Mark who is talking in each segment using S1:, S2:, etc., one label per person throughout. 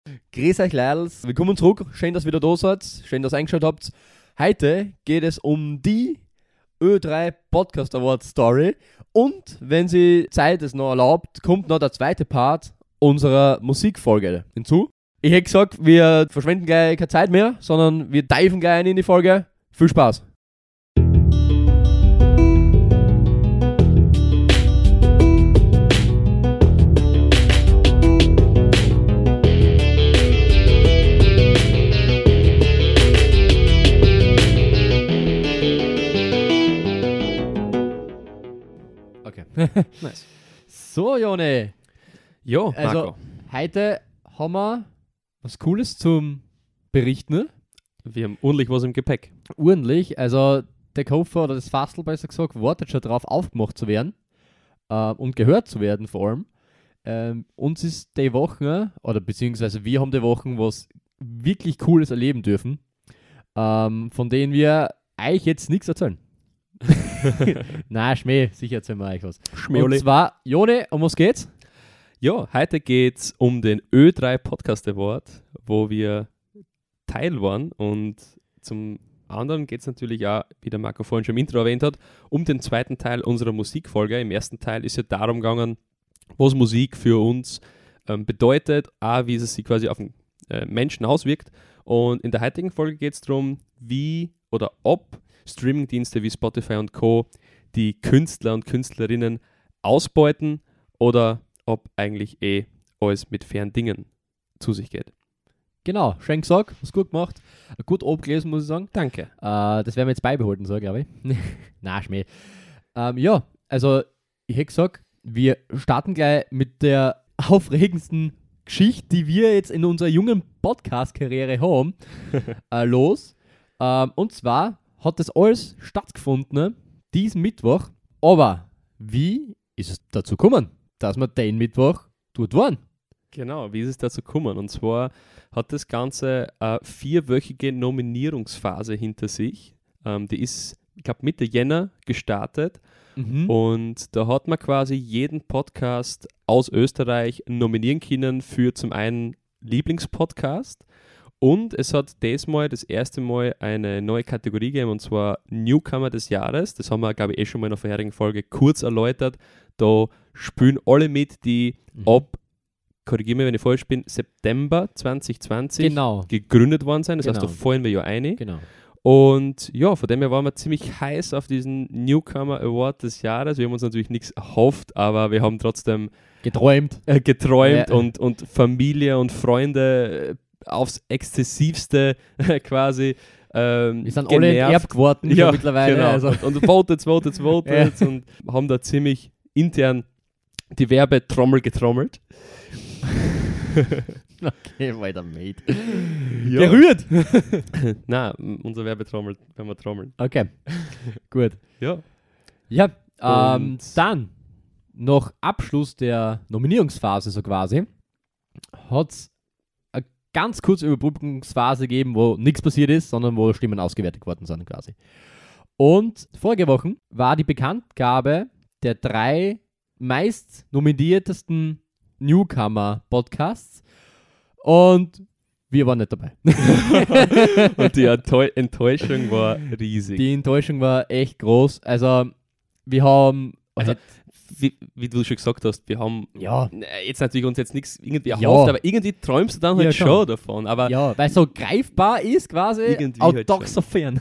S1: Grüß euch, Leidls. Willkommen zurück. Schön, dass ihr wieder da seid. Schön, dass ihr eingeschaut habt. Heute geht es um die Ö3 Podcast Award Story. Und wenn sie Zeit es noch erlaubt, kommt noch der zweite Part unserer Musikfolge hinzu. Ich hätte gesagt, wir verschwenden gleich keine Zeit mehr, sondern wir diven gleich in die Folge. Viel Spaß! Okay.
S2: Nice.
S1: So, Jone.
S2: Jo,
S1: Also,
S2: Marco.
S1: heute haben wir was Cooles zum Berichten.
S2: Wir haben ordentlich was im Gepäck.
S1: Ordentlich. Also, der Koffer oder das Fastel, besser gesagt, wartet schon drauf, aufgemacht zu werden. Und gehört zu werden vor allem. Uns ist die Woche, oder beziehungsweise wir haben die Wochen was wirklich Cooles erleben dürfen, von denen wir euch jetzt nichts erzählen. Nein, Schmäh, sicher erzählen wir euch was.
S2: Schmähli.
S1: Und zwar, Jone, um was geht's?
S2: Ja, heute geht es um den Ö3 Podcast Award, wo wir Teil waren. Und zum anderen geht es natürlich auch, wie der Marco vorhin schon im Intro erwähnt hat, um den zweiten Teil unserer Musikfolge. Im ersten Teil ist ja darum gegangen, was Musik für uns bedeutet, auch wie es sich quasi auf den Menschen auswirkt. Und in der heutigen Folge geht es darum, wie oder ob Streamingdienste wie Spotify und Co. die Künstler und Künstlerinnen ausbeuten oder ob eigentlich alles mit fairen Dingen zu sich geht.
S1: Genau, schön gesagt, hast gut gemacht. Gut abgelesen, muss ich sagen.
S2: Danke.
S1: Das werden wir jetzt beibehalten, so glaube ich. Nein, Schmäh. Ja, also ich hätte gesagt, wir starten gleich mit der aufregendsten Geschichte, die wir jetzt in unserer jungen Podcast-Karriere haben, los. Und zwar hat das alles stattgefunden, diesen Mittwoch. Aber wie ist es dazu gekommen, dass wir den Mittwoch dort waren?
S2: Genau, wie ist es dazu gekommen? Und zwar hat das Ganze eine 4-wöchige Nominierungsphase hinter sich. Die ist, ich glaube, Mitte Jänner gestartet. Und da hat man quasi jeden Podcast aus Österreich nominieren können für zum einen Lieblingspodcast. Und es hat diesmal das erste Mal eine neue Kategorie gegeben, und zwar Newcomer des Jahres. Das haben wir, glaube ich, schon mal in der vorherigen Folge kurz erläutert. Da spielen alle mit, die ab, korrigiere mich, wenn ich falsch bin, September 2020 gegründet worden sind. Das heißt, da fallen wir ja ein.
S1: Genau.
S2: Und ja, von dem her waren wir ziemlich heiß auf diesen Newcomer Award des Jahres. Wir haben uns natürlich nichts erhofft, aber wir haben trotzdem
S1: geträumt
S2: und Familie und Freunde aufs Exzessivste quasi
S1: wir sind alle enterbt geworden mittlerweile.
S2: Genau.
S1: Also.
S2: Und votet und haben da ziemlich intern die Werbetrommel getrommelt.
S1: Okay, weiter, mate.
S2: Ja.
S1: Gerührt!
S2: Nein, unser Werbetrommel, wenn wir trommeln.
S1: Okay, gut.
S2: Ja.
S1: Ja, dann, nach Abschluss der Nominierungsphase so quasi, hat es eine ganz kurze Überbrückungsphase gegeben, wo nichts passiert ist, sondern wo Stimmen ausgewertet worden sind quasi. Und vorige Wochen war die Bekanntgabe der 3 meist nominiertesten Newcomer-Podcasts und wir waren nicht dabei.
S2: Und die Enttäuschung war riesig.
S1: Die Enttäuschung war echt groß. Also, wir haben...
S2: Also, wie du schon gesagt hast, wir haben jetzt natürlich uns jetzt nichts irgendwie erhofft, aber irgendwie träumst du dann halt schon davon. Aber
S1: ja, weil es so greifbar ist quasi, auch
S2: halt
S1: doch so fern.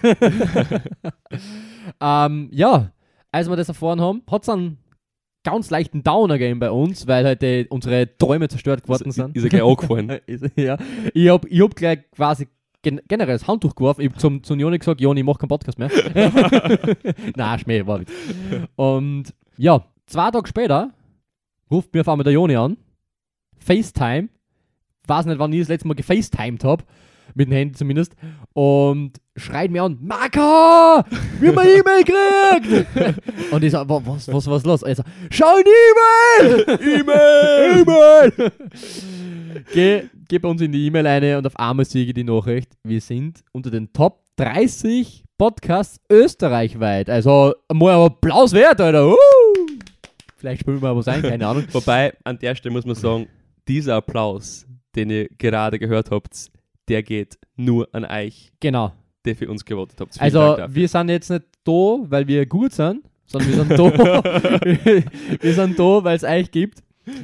S1: Ja, als wir das erfahren haben, hat es einen ganz leichten Downer gegeben bei uns, weil halt unsere Träume zerstört geworden sind.
S2: Ist er gleich angefallen.
S1: Ja. Ich hab gleich quasi generell das Handtuch geworfen. Ich hab zum Joni gesagt, Joni, ich mach keinen Podcast mehr. Nein, Schmäh, war nicht. Und ja, 2 Tage später ruft mir auf einmal der Joni an. FaceTime. Weiß nicht, wann ich das letzte Mal gefacetimed habe. Mit dem Handy zumindest. Und schreit mir an, Marco! Wir haben eine E-Mail gekriegt! Und ich sag, was ist los? Er sagt, schau eine E-Mail! E-Mail! Geh bei uns in die E-Mail eine und auf einmal sehe ich die Nachricht, wir sind unter den Top 30 Podcasts österreichweit. Also mal ein Applaus wert, Alter. Vielleicht spielen wir mal was ein, keine Ahnung.
S2: Wobei, an der Stelle muss man sagen, dieser Applaus, den ihr gerade gehört habt, der geht nur an euch,
S1: Genau.
S2: der für uns gewotet habt. Vielen
S1: Also
S2: Dank dafür.
S1: wir sind jetzt nicht da, weil wir gut sind, sondern wir sind da, wir sind da, weil es euch gibt.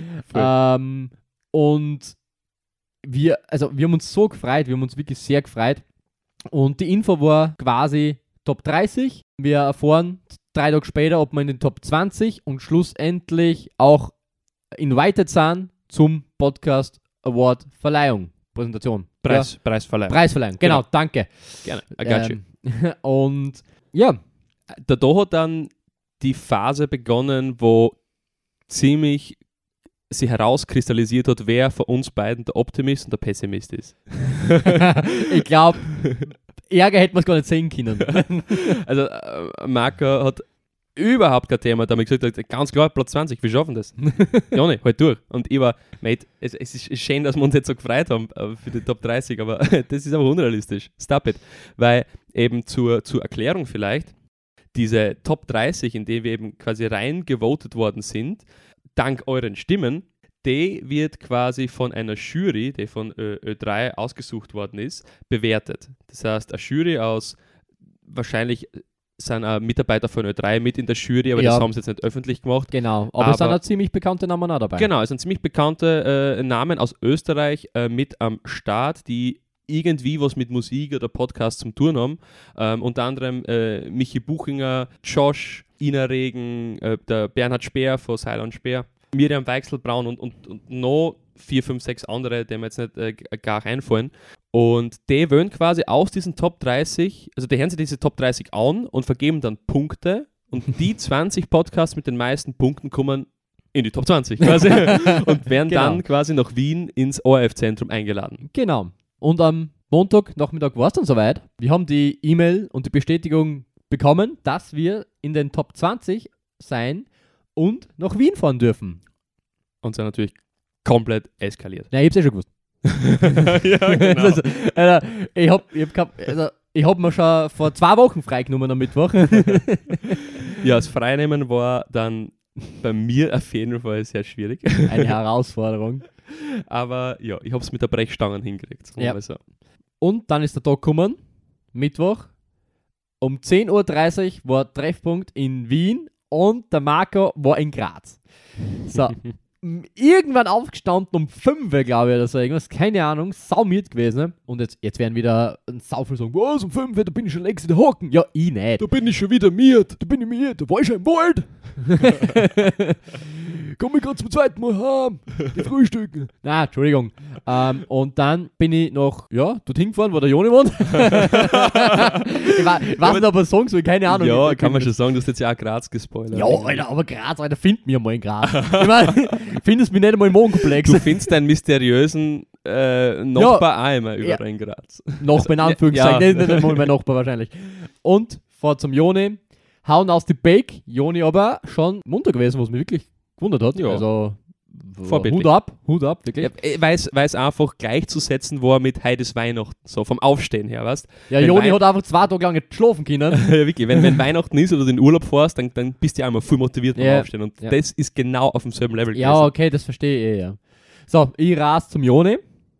S1: Und wir haben uns so gefreut, wir haben uns wirklich sehr gefreut. Und die Info war quasi Top 30. Wir erfahren 3 Tage später, ob wir in den Top 20 und schlussendlich auch invited sind zum Podcast Award Verleihung, Präsentation.
S2: Preisverleihung.
S1: Genau, danke.
S2: Gerne, I got you.
S1: Und ja,
S2: Da hat dann die Phase begonnen, wo ziemlich sich herauskristallisiert hat, wer von uns beiden der Optimist und der Pessimist ist.
S1: ich glaube, Ärger hätten wir es gar nicht sehen können.
S2: Also Marco hat überhaupt kein Thema damit gesagt, ganz klar, Platz 20, wir schaffen das. Joni, halt durch. Und ich war, mate, es ist schön, dass wir uns jetzt so gefreut haben für die Top 30, aber das ist aber unrealistisch. Stop it. Weil eben zur Erklärung vielleicht, diese Top 30, in die wir eben quasi reingevotet worden sind, dank euren Stimmen, die wird quasi von einer Jury, die von Ö3 ausgesucht worden ist, bewertet. Das heißt, eine Jury aus, wahrscheinlich sind auch Mitarbeiter von Ö3 mit in der Jury, aber das haben sie jetzt nicht öffentlich gemacht.
S1: Genau, aber es sind auch ziemlich bekannte Namen auch dabei.
S2: Genau, es sind ziemlich bekannte Namen aus Österreich mit am Start, die irgendwie was mit Musik oder Podcast zum tun haben. Unter anderem Michi Buchinger, Josh, Ina Regen, der Bernhard Speer von Seil und Speer, Miriam Weichselbraun und noch 4, 5, 6 andere, die mir jetzt nicht gar einfallen. Und die wollen quasi aus diesen Top 30, also die hören sich diese Top 30 an und vergeben dann Punkte und die 20 Podcasts mit den meisten Punkten kommen in die Top 20 quasi und werden dann quasi nach Wien ins ORF-Zentrum eingeladen.
S1: Genau. Und am Montagnachmittag war es dann soweit. Wir haben die E-Mail und die Bestätigung bekommen, dass wir in den Top 20 sein und nach Wien fahren dürfen.
S2: Und sind natürlich komplett eskaliert.
S1: Ja, ich hab's schon gewusst.
S2: Ja, genau.
S1: Also, ich hab mir schon vor 2 Wochen freigenommen am Mittwoch.
S2: Ja, das Freinehmen war dann bei mir auf jeden Fall sehr schwierig.
S1: Eine Herausforderung.
S2: Aber ja, ich habe es mit der Brechstange hingekriegt.
S1: Ja. So. Und dann ist der Tag gekommen, Mittwoch. Um 10.30 Uhr war Treffpunkt in Wien und der Marco war in Graz. So, irgendwann aufgestanden um 5 Uhr, glaube ich, oder so irgendwas, keine Ahnung, saumiert gewesen. Und jetzt werden wieder ein Saufel sagen, was, um 5 Uhr, da bin ich schon längst in der Hocken. Ja, ich nicht.
S2: Da bin ich schon wieder miert, da war ich schon im Wald.
S1: Komm ich gerade zum zweiten Mal heim, die frühstücken. Nein, Entschuldigung. Und dann bin ich noch, dorthin gefahren, wo der Joni wohnt. ich weiß nicht, ob er sagen soll, keine Ahnung.
S2: Ja, kann man schon sagen, du hast jetzt ja auch Graz gespoilert.
S1: Ja, Alter, aber Graz, Alter, find mich mal in Graz. Ich meine, findest mich nicht einmal im Wohnkomplex.
S2: Du findest deinen mysteriösen Nachbar auch immer überall in Graz.
S1: Nachbar in Anführungszeichen, nicht einmal mein Nachbar wahrscheinlich. Und fahr zum Joni, hauen aus die Bake. Joni aber schon munter gewesen, was mich wirklich gewundert hat.
S2: Ja.
S1: Also
S2: vorbildlich.
S1: Hut ab, wirklich.
S2: Ja, weil es einfach gleichzusetzen war mit heute ist Weihnachten, so vom Aufstehen her, weißt du?
S1: Ja, Joni hat einfach 2 Tage lang nicht schlafen können.
S2: Ja, wirklich. Wenn Weihnachten ist oder du in den Urlaub fährst, dann bist du ja einmal voll motiviert beim Aufstehen. Und das ist genau auf demselben Level gewesen.
S1: Ja, okay, das verstehe ich, ja. So, ich ras zum Joni.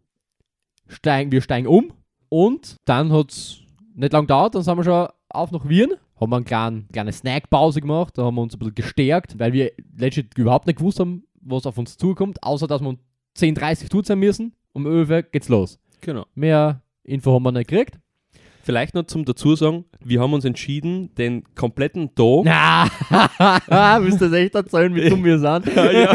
S1: Wir steigen um und dann hat es nicht lang gedauert, dann sind wir schon auf nach Wien. Haben wir eine kleine Snackpause gemacht, da haben wir uns ein bisschen gestärkt, weil wir letztlich überhaupt nicht gewusst haben, was auf uns zukommt, außer dass wir um 10.30 Uhr tut sein müssen. Um 11 Uhr geht's los.
S2: Genau.
S1: Mehr Info haben wir nicht gekriegt.
S2: Vielleicht noch zum Dazusagen, wir haben uns entschieden, den kompletten Tag...
S1: Willst du das echt erzählen, wie dumm wir sind?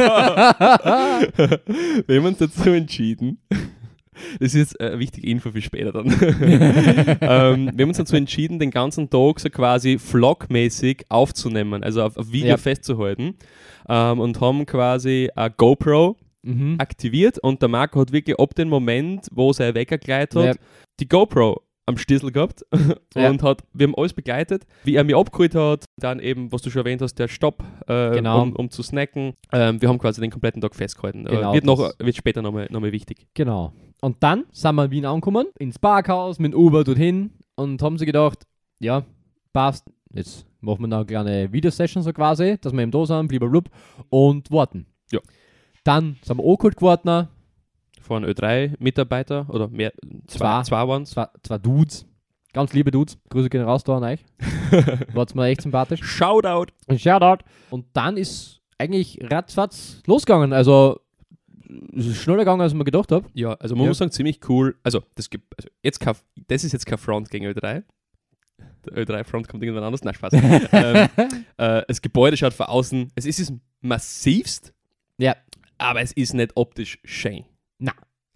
S2: Ja. Wir haben uns dazu entschieden... Das ist jetzt eine wichtige Info für später dann. Wir haben uns dazu entschieden, den ganzen Tag so quasi vlogmäßig aufzunehmen, also auf Video festzuhalten und haben quasi eine GoPro aktiviert und der Marco hat wirklich ab dem Moment, wo sein Wecker geleitet hat, die GoPro am Stissel gehabt und wir haben alles begleitet, wie er mich abgeholt hat, dann eben, was du schon erwähnt hast, der Stopp, um zu snacken. Wir haben quasi den kompletten Tag festgehalten.
S1: Genau,
S2: wird später nochmal wichtig.
S1: Genau. Und dann sind wir in Wien angekommen, ins Parkhaus, mit dem Uber dorthin und haben sie gedacht, ja, passt, jetzt machen wir noch eine kleine Videosession so quasi, dass wir eben da sind, blablabla, und warten.
S2: Ja.
S1: Dann sind wir angeholt geworden,
S2: von Ö3-Mitarbeiter oder mehr, zwei waren es.
S1: Zwei Dudes. Ganz liebe Dudes. Grüße gehen raus da an euch. War's mir echt sympathisch.
S2: Shoutout!
S1: Ein Shoutout. Und dann ist eigentlich ratzfatz losgegangen. Also, es ist schneller gegangen, als ich mir gedacht habe.
S2: Ja, also man muss sagen, ziemlich cool. Also, das ist jetzt kein Front gegen Ö3. Der Ö3-Front kommt irgendwann anders. Nein, Spaß. Das Gebäude schaut von außen, es ist massivst,
S1: Ja.
S2: aber es ist nicht optisch schön.
S1: Na.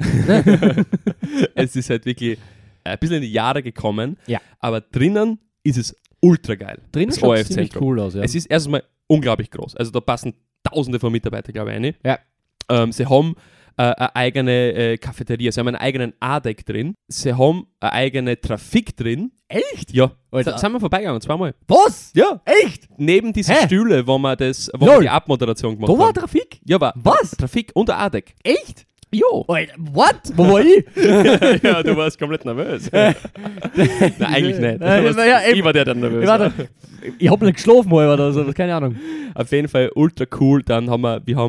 S2: Es ist halt wirklich ein bisschen in die Jahre gekommen,
S1: Ja.
S2: aber drinnen ist es ultra geil.
S1: Drinnen
S2: Das
S1: schaut es ziemlich
S2: ORF-Zentrum.
S1: cool aus, ja.
S2: Es ist erstmal unglaublich groß. Also da passen Tausende von Mitarbeitern, glaube ich, rein.
S1: Ja.
S2: Sie haben eine eigene Cafeteria, sie haben einen eigenen A-Deck drin, sie haben eine eigene Trafik drin.
S1: Echt?
S2: Ja,
S1: Alter.
S2: sind wir vorbeigegangen, zweimal.
S1: Was?
S2: Ja,
S1: Echt?
S2: neben diese
S1: Hä?
S2: Stühle, wo wir
S1: Lol.
S2: die Abmoderation gemacht
S1: Da war
S2: haben.
S1: Trafik?
S2: Ja, war
S1: Was?
S2: Trafik und der A-Deck.
S1: Echt?
S2: Jo.
S1: Alter, what? Wo war ich?
S2: Ja, du warst komplett nervös. Nein, eigentlich nicht. Ich war der nervös war.
S1: Ich hab nicht geschlafen mal oder so, keine Ahnung.
S2: Auf jeden Fall ultra cool. Dann haben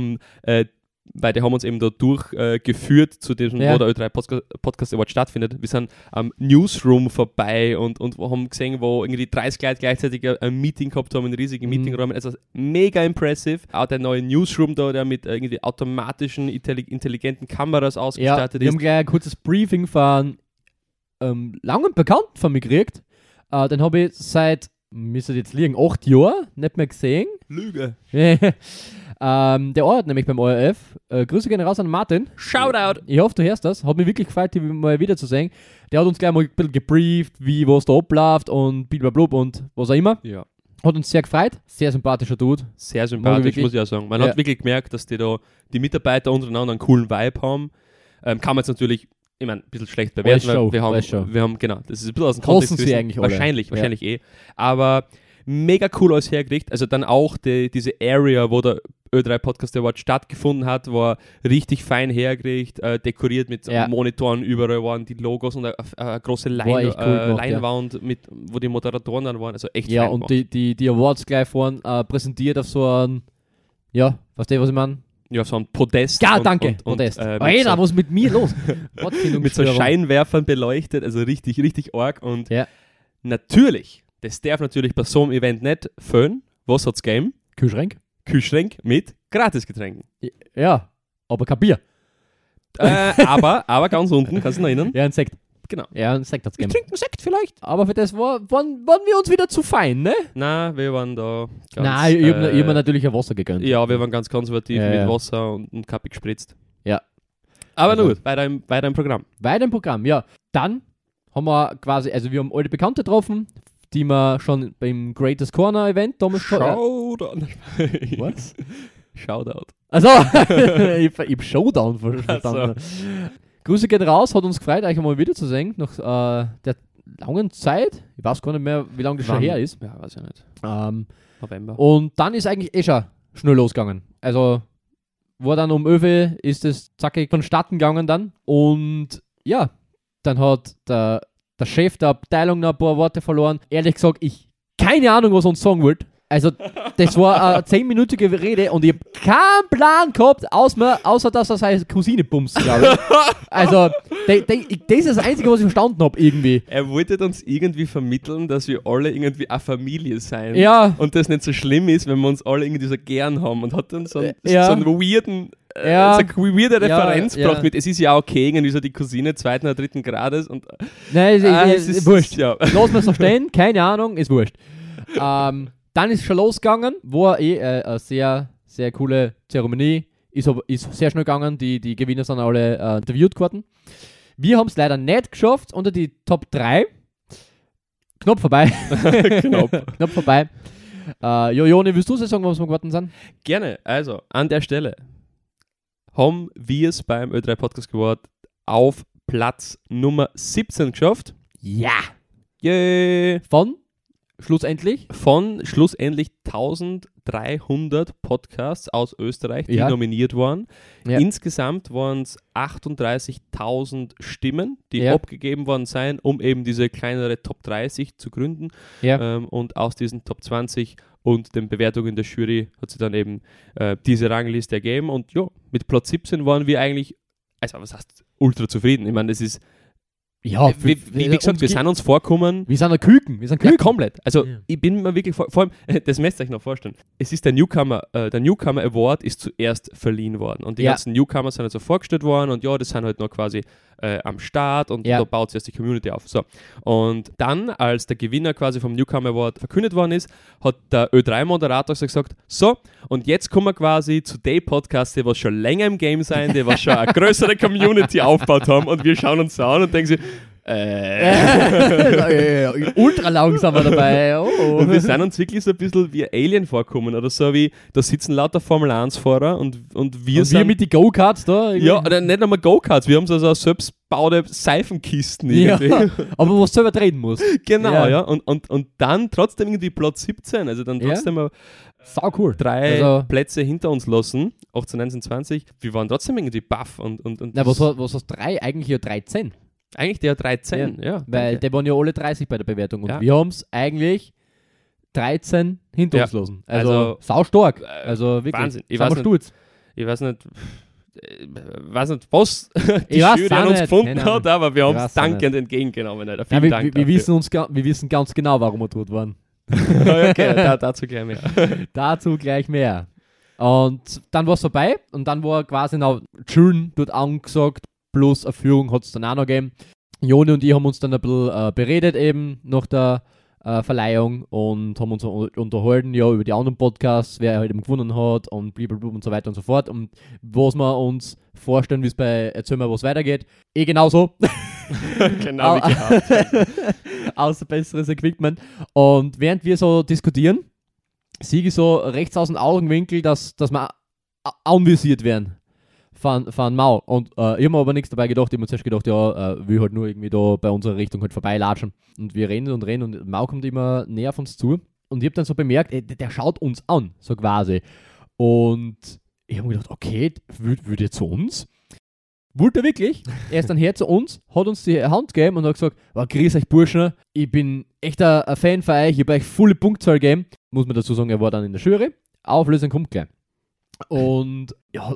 S2: weil die haben uns eben da durchgeführt zu diesem,
S1: Ja.
S2: wo der Ö3 Podcast Award stattfindet. Wir sind am Newsroom vorbei und haben gesehen, wo irgendwie 30 Leute gleichzeitig ein Meeting gehabt haben, in riesigen Meetingräumen. Also mega impressive. Auch der neue Newsroom da, der mit irgendwie automatischen, intelligenten Kameras
S1: Ja,
S2: ausgestattet
S1: wir
S2: ist.
S1: haben gleich ein kurzes Briefing von langen Bekannten von mir gekriegt. Den habe ich seit, müsste jetzt liegen, 8 Jahren nicht mehr gesehen.
S2: Lüge.
S1: Der arbeitet nämlich beim ORF. Grüße gehen raus an Martin.
S2: Shoutout.
S1: Ich hoffe, du hörst das. Hat mich wirklich gefreut, dich mal wiederzusehen. Der hat uns gleich mal ein bisschen gebrieft, wie was da abläuft und blablabla und was auch immer.
S2: Ja.
S1: Hat uns sehr gefreut. Sehr sympathischer Dude.
S2: Sehr sympathisch,
S1: wirklich.
S2: muss ich auch sagen. Man
S1: Ja.
S2: hat wirklich gemerkt, dass die Mitarbeiter untereinander einen coolen Vibe haben. Kann man jetzt natürlich, ich meine, ein bisschen schlecht bewerten,
S1: Alles Show,
S2: weil
S1: alles Show.
S2: wir haben, genau, das ist ein bisschen aus dem
S1: Hassen
S2: Kontext
S1: sie
S2: gerissen.
S1: eigentlich alle.
S2: Wahrscheinlich eh. Aber mega cool alles hergekriegt. Also dann auch diese Area, wo der Ö3 Podcast Award stattgefunden hat, war richtig fein hergekriegt, dekoriert mit
S1: Ja.
S2: Monitoren, überall waren die Logos und eine große
S1: War echt cool gemacht,
S2: Leinwand, wo die Moderatoren dann waren. Also echt
S1: Ja,
S2: fein
S1: und
S2: gemacht.
S1: die Awards gleich vorhin präsentiert auf so ein, ja, weißt du, was ich meine?
S2: Ja, so ein Podest.
S1: Ja,
S2: und-
S1: danke,
S2: und-
S1: Podest.
S2: mit
S1: Alter,
S2: so-
S1: was ist mit mir los?
S2: mit so Scheinwerfern beleuchtet, also richtig, richtig arg. Und
S1: Ja.
S2: natürlich, das darf natürlich bei so einem Event nicht fehlen. Was hat's gegeben?
S1: Kühlschrank?
S2: Kühlschrank mit Gratisgetränken.
S1: Ja, aber kein Bier.
S2: aber ganz unten, kannst du dich noch erinnern?
S1: Ja, ein Sekt.
S2: Genau.
S1: Ja, ein Sekt hat's
S2: Wir
S1: gegeben.
S2: trinken Sekt vielleicht?
S1: Aber für das waren wir uns wieder zu fein, ne?
S2: Nein, wir waren da ganz...
S1: Nein, ich hab mir natürlich ein Wasser gegönnt.
S2: Ja, wir waren ganz konservativ
S1: Ja,
S2: mit
S1: ja.
S2: Wasser und Kaffee gespritzt.
S1: Ja.
S2: Aber
S1: Also-
S2: gut, weiter im Programm.
S1: Weiter im Programm, ja. Dann haben wir quasi, also wir haben alte Bekannte getroffen, die wir schon beim Greatest Corner Event damals
S2: Showdown.
S1: Was?
S2: Shoutout.
S1: Also, ich hab Showdown verstanden. Grüße gehen raus, hat uns gefreut, euch einmal wiederzusehen, nach der langen Zeit. Ich weiß gar nicht mehr, wie lange das schon her ist.
S2: Ja, weiß ich nicht. November.
S1: Und dann ist eigentlich schon schnell losgegangen. Also, war dann um 11 Uhr, ist es zackig vonstatten gegangen dann. Und ja, dann hat der Chef der Abteilung noch ein paar Worte verloren. Ehrlich gesagt, keine Ahnung, was er uns sagen wollte. Also, das war eine 10-minütige Rede und ich habe keinen Plan gehabt, außer dass er seine Cousine bumst, glaube ich. Also, das ist das Einzige, was ich verstanden habe, irgendwie.
S2: Er wollte uns irgendwie vermitteln, dass wir alle irgendwie eine Familie sein.
S1: Ja.
S2: Und das nicht so schlimm ist, wenn wir uns alle irgendwie so gern haben. Und hat dann so einen weirden,
S1: Ja.
S2: so eine weirde Referenz
S1: Ja,
S2: gebracht
S1: ja.
S2: mit, es ist ja okay, irgendwie so die Cousine 2. oder 3. Grades. Und,
S1: Nein,
S2: es
S1: ist wurscht.
S2: Ja.
S1: Lass mal so stehen, keine Ahnung, ist wurscht. Dann ist schon losgegangen, war eine sehr, sehr coole Zeremonie, ist sehr schnell gegangen, die Gewinner sind alle interviewt geworden. Wir haben es leider nicht geschafft unter die Top 3. Knapp vorbei. Knapp vorbei. Joni, willst du sagen, was wir geworden sind?
S2: Gerne. Also, an der Stelle haben wir es beim Ö3 Podcast Award auf Platz Nummer 17 geschafft.
S1: Ja!
S2: Yay!
S1: Schlussendlich.
S2: Von schlussendlich 1300 Podcasts aus Österreich, die
S1: Ja.
S2: nominiert waren.
S1: Ja.
S2: Insgesamt waren es 38.000 Stimmen, die
S1: Ja.
S2: abgegeben worden seien, um eben diese kleinere Top 30 zu gründen.
S1: Ja.
S2: Und aus diesen Top 20 und den Bewertungen der Jury hat sie dann eben diese Rangliste ergeben. Und ja, mit Platz 17 waren wir eigentlich also was heißt ultra zufrieden? Ich meine, das ist,
S1: Ja,
S2: wie gesagt, wir sind uns vorkommen.
S1: Wir sind ein Küken.
S2: Ja, komplett. Also ich bin mir wirklich, vor allem, das müsst ihr euch noch vorstellen, es ist der Newcomer Award ist zuerst verliehen worden und die ganzen Newcomer sind also vorgestellt worden und das sind halt noch quasi am Start und da baut sich erst die Community auf. So. Und dann, als der Gewinner quasi vom Newcomer Award verkündet worden ist, hat der Ö3-Moderator gesagt, so, und jetzt kommen wir quasi zu den Podcasts, die was schon länger im Game sind, die was schon eine größere Community aufgebaut haben und wir schauen uns an und denken sich,
S1: ultra langsamer dabei. Oh.
S2: Und wir sind uns wirklich so ein bisschen wie Alien vorkommen oder so wie, da sitzen lauter Formel-1-Fahrer und wir sind...
S1: Wir mit den Go-Karts da? Irgendwie.
S2: Ja, oder nicht einmal Go-Karts, wir haben so selbstbaute Seifenkisten irgendwie.
S1: Ja, aber wo du selber drehen musst.
S2: Genau, ja. Und dann trotzdem irgendwie Platz 17, also dann trotzdem
S1: sau cool.
S2: 3 Plätze hinter uns lassen, 18, 19, 20. Wir waren trotzdem irgendwie baff und
S1: na, was hast 3? Eigentlich ja 13.
S2: Eigentlich der 13, ja.
S1: Weil die waren ja alle 30 bei der Bewertung und wir haben es eigentlich 13 hinter uns lassen. Also sau stark. Also wirklich.
S2: Wahnsinn.
S1: Ich weiß
S2: nicht, was die Jury an uns gefunden hat, aber wir haben es dankend entgegengenommen. Alter. Vielen Dank
S1: wir wissen ganz genau, warum wir dort waren.
S2: Okay, dazu gleich mehr.
S1: Dazu gleich mehr. Und dann war es vorbei und dann war quasi noch June dort angesagt, plus eine Führung hat es dann auch noch gegeben. Joni und ich haben uns dann ein bisschen beredet eben nach der Verleihung und haben uns unterhalten, über die anderen Podcasts, wer halt eben gewonnen hat und blablabla und so weiter und so fort und was wir uns vorstellen, wie es bei Erzähl mal, was weitergeht. Genauso.
S2: Genau wie gehabt.
S1: Außer besseres Equipment. Und während wir so diskutieren, sehe ich so rechts aus dem Augenwinkel, dass wir anvisiert werden. Von Mau. Und ich habe mir aber nichts dabei gedacht. Ich habe mir zuerst gedacht, will halt nur irgendwie da bei unserer Richtung halt vorbeilatschen. Und wir reden und Mau kommt immer näher auf uns zu. Und ich habe dann so bemerkt, der schaut uns an, so quasi. Und ich habe mir gedacht, okay, würde er zu uns? Wollte er wirklich? Er ist dann her zu uns, hat uns die Hand gegeben und hat gesagt, grüß euch Burschen, ich bin echt ein Fan von euch, ich habe euch volle Punktzahl gegeben. Muss man dazu sagen, er war dann in der Jury. Auflösung kommt gleich. Und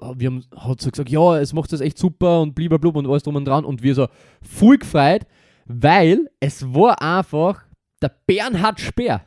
S1: hat so gesagt, es macht das echt super und blablabla und alles drum und dran. Und wir so voll gefreut, weil es war einfach der Bernhard Speer.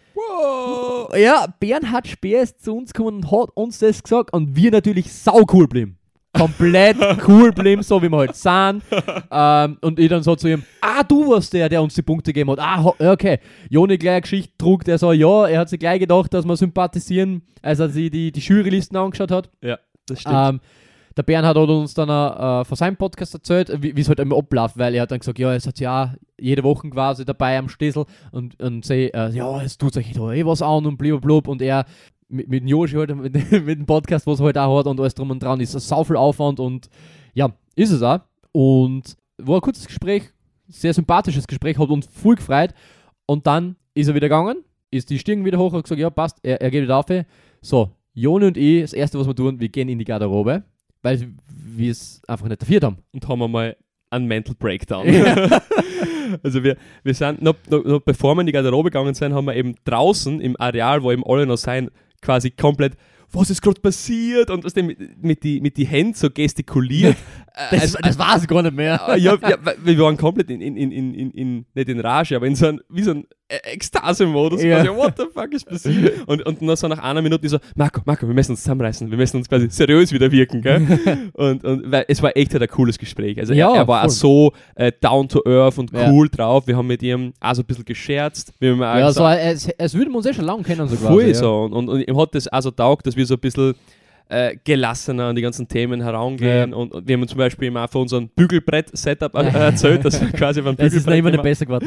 S2: Wow!
S1: Ja, Bernhard Speer ist zu uns gekommen und hat uns das gesagt und wir natürlich sau cool blieben. Komplett cool blieben, so wie wir halt sind. Und ich dann so zu ihm, du warst der uns die Punkte gegeben hat. Okay. Joni gleich eine Geschichte trug, der so, er hat sich gleich gedacht, dass wir sympathisieren, als er sich die Jurylisten angeschaut hat.
S2: Ja, das stimmt.
S1: Der Bernhard hat uns dann von seinem Podcast erzählt, wie es halt immer abläuft, weil er hat dann gesagt, er ist ja jede Woche quasi dabei am Stissel und sie, es tut sich was an und blablabla und er mit dem Joshi halt, mit dem Podcast, was er halt auch hat und alles drum und dran, ist sau viel Aufwand und ist es auch. Und war ein kurzes Gespräch, sehr sympathisches Gespräch, hat uns voll gefreut und dann ist er wieder gegangen, ist die Stirn wieder hoch und hat gesagt, passt, er geht wieder auf. So, Joni und ich, das erste, was wir tun, wir gehen in die Garderobe, weil wir es einfach nicht dafür haben.
S2: Und haben einmal einen Mental Breakdown. Ja. Also wir sind, noch bevor wir in die Garderobe gegangen sind, haben wir eben draußen im Areal, wo eben alle noch sein, quasi komplett, was ist gerade passiert und was denn mit die Händen so gestikuliert.
S1: Das war es gar nicht mehr.
S2: Wir waren komplett in nicht in Rage, aber in so ein Ekstase-Modus.
S1: Ja.
S2: What the fuck ist passiert? Und dann so nach einer Minute so, Marco, wir müssen uns zusammenreißen, wir müssen uns quasi seriös wieder wirken, gell? und weil es war echt halt ein cooles Gespräch. Also er war auch so down to earth und cool drauf. Wir haben mit ihm auch so ein bisschen gescherzt. Wir haben
S1: als würden wir uns schon lange kennen.
S2: Voll so. Und ihm hat das auch so taugt, dass wir so ein bisschen gelassener an die ganzen Themen herangehen und wir haben zum Beispiel immer auch von unserem Bügelbrett-Setup erzählt, dass wir quasi beim
S1: Bügelbrett... Das ist noch immer nicht besser geworden.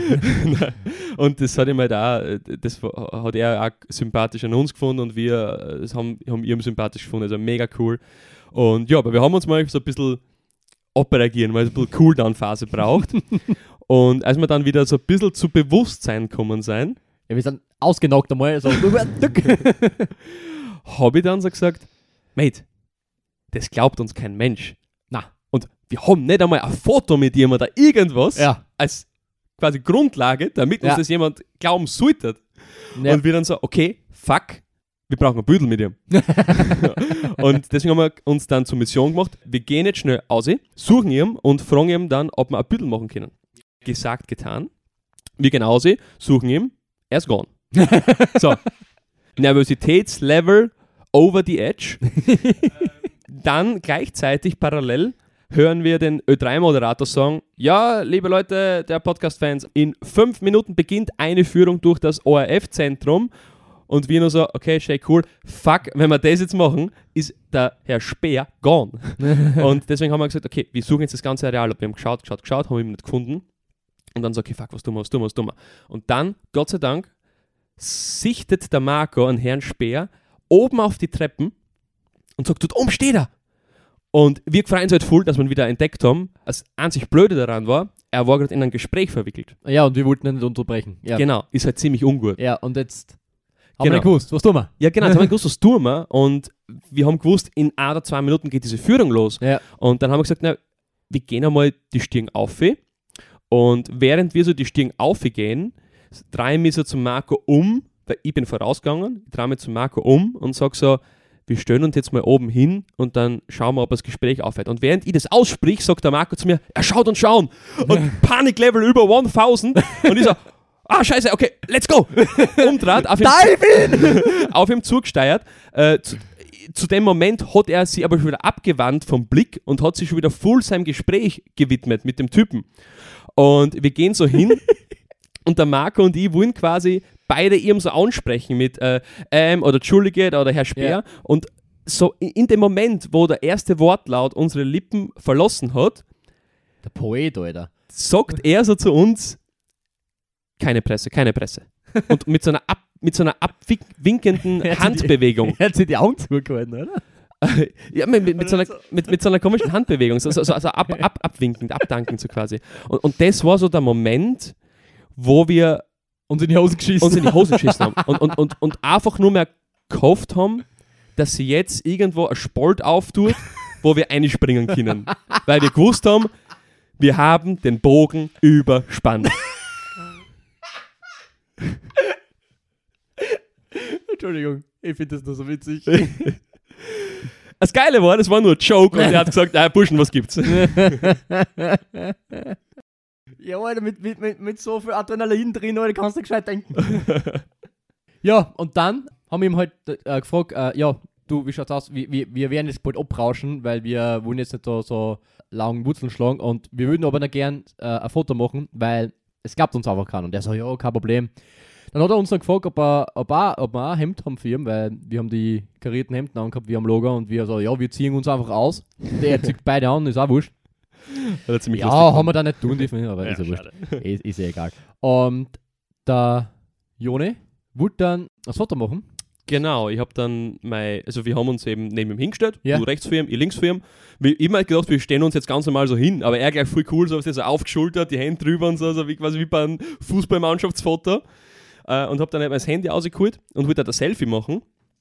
S2: Und das hat ihm halt auch, das hat er auch sympathisch an uns gefunden und wir haben ihm sympathisch gefunden, also mega cool. Und aber wir haben uns mal so ein bisschen abreagieren, weil es ein bisschen Cooldown-Phase braucht. Und als wir dann wieder so ein bisschen zu Bewusstsein gekommen sind,
S1: wir sind ausgenockt einmal, so
S2: habe ich dann so gesagt, Mate, das glaubt uns kein Mensch.
S1: Na.
S2: Und wir haben nicht einmal ein Foto mit jemandem oder irgendwas als quasi Grundlage, damit uns das jemand glauben sollte. Ja. Und wir dann so, okay, fuck, wir brauchen ein Büdel mit ihm. Und deswegen haben wir uns dann zur Mission gemacht, wir gehen jetzt schnell raus, suchen ihn und fragen ihn dann, ob wir ein Büdel machen können. Gesagt, getan. Wir gehen raus, suchen ihn, er ist gone. So, Nervositätslevel over the edge. Dann gleichzeitig parallel hören wir den Ö3-Moderator sagen, ja, liebe Leute der Podcast-Fans, in 5 Minuten beginnt eine Führung durch das ORF-Zentrum. Und wir nur so, okay, schön, cool, fuck, wenn wir das jetzt machen, ist der Herr Speer gone. Und deswegen haben wir gesagt, okay, wir suchen jetzt das ganze Areal ab. Wir haben geschaut, haben ihn nicht gefunden. Und dann so, okay, fuck, was tun wir? Und dann, Gott sei Dank, sichtet der Marco einen Herrn Speer oben auf die Treppen und sagt, dort oben steht er. Und wir freuen uns halt voll, dass wir ihn wieder entdeckt haben. Das einzig Blöde daran war, er war gerade in ein Gespräch verwickelt.
S1: Ja, und wir wollten ihn nicht unterbrechen. Ja.
S2: Genau, ist halt ziemlich ungut.
S1: Ja, und jetzt haben wir nicht gewusst, was tun wir?
S2: Ja, genau, jetzt haben wir gewusst, was tun wir. Und wir haben gewusst, in 1 oder 2 Minuten geht diese Führung los.
S1: Ja.
S2: Und dann haben wir gesagt, na, wir gehen einmal die Stiegen auf. Und während wir so die Stiegen aufgehen, drehe ich mich so zum Marco um, weil ich bin vorausgegangen, ich drehe mich zum Marco um und sage so, wir stellen uns jetzt mal oben hin und dann schauen wir, ob das Gespräch aufhört. Und während ich das aussprich, sagt der Marco zu mir, er schaut und schauen. Und Paniklevel über 1000. Und ich so, scheiße, okay, let's go. Umdreht, auf ihm zugesteuert. Zu dem Moment hat er sich aber schon wieder abgewandt vom Blick und hat sich schon wieder voll seinem Gespräch gewidmet mit dem Typen. Und wir gehen so hin und der Marco und ich wollen quasi beide ihm so ansprechen mit oder Entschuldige oder Herr Speer. Yeah. Und so in dem Moment, wo der erste Wortlaut unsere Lippen verlassen hat,
S1: der Poet, Alter,
S2: sagt er so zu uns, keine Presse. Und mit so einer abwinkenden Handbewegung.
S1: Er hat sich die Augen zugehalten, oder?
S2: Ja, mit so einer komischen Handbewegung, so abwinkend, abdankend so quasi. Und das war so der Moment, wo wir
S1: uns in die Hosen geschissen
S2: haben. Und einfach nur mehr gehofft haben, dass sie jetzt irgendwo ein Spalt auftut, wo wir einspringen können. Weil wir gewusst haben, wir haben den Bogen überspannt.
S1: Entschuldigung, ich finde das nur so witzig.
S2: Das Geile war, das war nur ein Joke und er hat gesagt, Burschen, was gibt's?
S1: Ja, Alter, mit so viel Adrenalin drin, Alter, kannst du gescheit denken. Ja, und dann haben wir ihm halt gefragt, ja, du, wie schaut's aus? Wir werden jetzt bald abrauschen, weil wir wollen jetzt nicht so lange Wurzeln schlagen und wir würden aber noch gern ein Foto machen, weil es gab uns einfach keinen. Und der so, ja, kein Problem. Dann hat er uns dann gefragt, ob wir ein Hemd haben für ihn, weil wir haben die karierten Hemden angehabt, wir haben Logo und wir so, ja, wir ziehen uns einfach aus. Der zieht beide an, ist auch wurscht. Ja, haben wir da nicht tun dürfen, aber ist ja wurscht. Ist ja egal. Und der Jone wollte dann ein Foto machen.
S2: Genau, ich habe dann wir haben uns eben neben ihm hingestellt,
S1: ja.
S2: Du rechts vor ihm, ich links vor ihm. Ich habe mir gedacht, wir stehen uns jetzt ganz normal so hin, aber er gleich voll cool, so aufgeschultert, die Hände drüber und so quasi wie bei einem Fußballmannschaftsfoto. Und habe dann eben das Handy rausgeholt und wollte ein Selfie machen.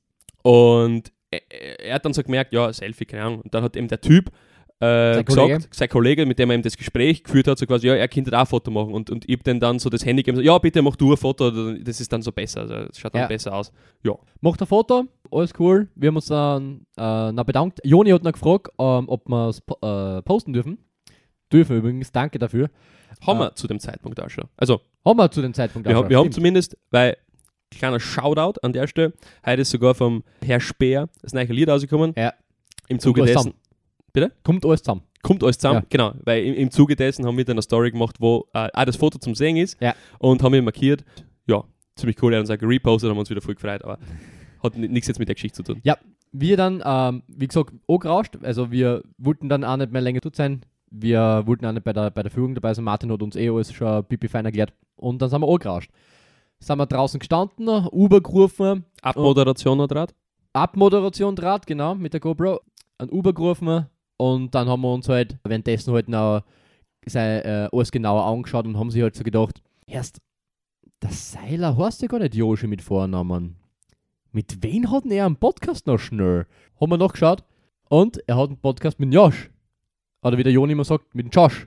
S2: Und er hat dann so gemerkt, ja, Selfie, keine Ahnung. Und dann hat eben der Typ sein Kollege, mit dem er eben das Gespräch geführt hat, so quasi, ja, er könnte auch ein Foto machen. Und ich habe dann so das Handy gegeben, so, ja, bitte mach du ein Foto, das ist dann so besser, also das schaut dann besser aus. Ja.
S1: Macht ein Foto, alles cool. Wir haben uns dann bedankt. Joni hat noch gefragt, ob wir es posten dürfen. Dürfen übrigens, danke dafür.
S2: Haben wir zu dem Zeitpunkt auch schon. Also,
S1: haben wir zu dem Zeitpunkt auch schon.
S2: Wir haben zumindest, weil, kleiner Shoutout an der Stelle, heute ist sogar vom Herr Speer das neue Lied rausgekommen.
S1: Ja.
S2: Im Zuge dessen. Bitte?
S1: Kommt alles zusammen,
S2: ja. Genau. Weil im Zuge dessen haben wir dann eine Story gemacht, wo das Foto zum Sehen ist und haben ihn markiert. Ja, ziemlich cool. Er hat uns auch gerepostet, haben uns wieder voll gefreut, aber hat nichts jetzt mit der Geschichte zu tun.
S1: Ja, wir dann, wie gesagt, auch gerauscht. Also wir wollten dann auch nicht mehr länger dort sein. Wir wollten auch nicht bei der Führung dabei sein. Martin hat uns alles schon pipi fein erklärt. Und dann sind wir auch gerauscht. Sind wir draußen gestanden, Uber gerufen.
S2: Abmoderation Draht?
S1: Abmoderation Draht, genau, mit der GoPro. Ein Uber gerufen. Und dann haben wir uns halt währenddessen halt noch alles genauer angeschaut und haben sich halt so gedacht, erst, der Seiler heißt ja gar nicht Joshi mit Vornamen. Mit wem hat denn er einen Podcast noch schnell? Haben wir noch geschaut und er hat einen Podcast mit Josh. Oder wie der Joni immer sagt, mit dem Josh.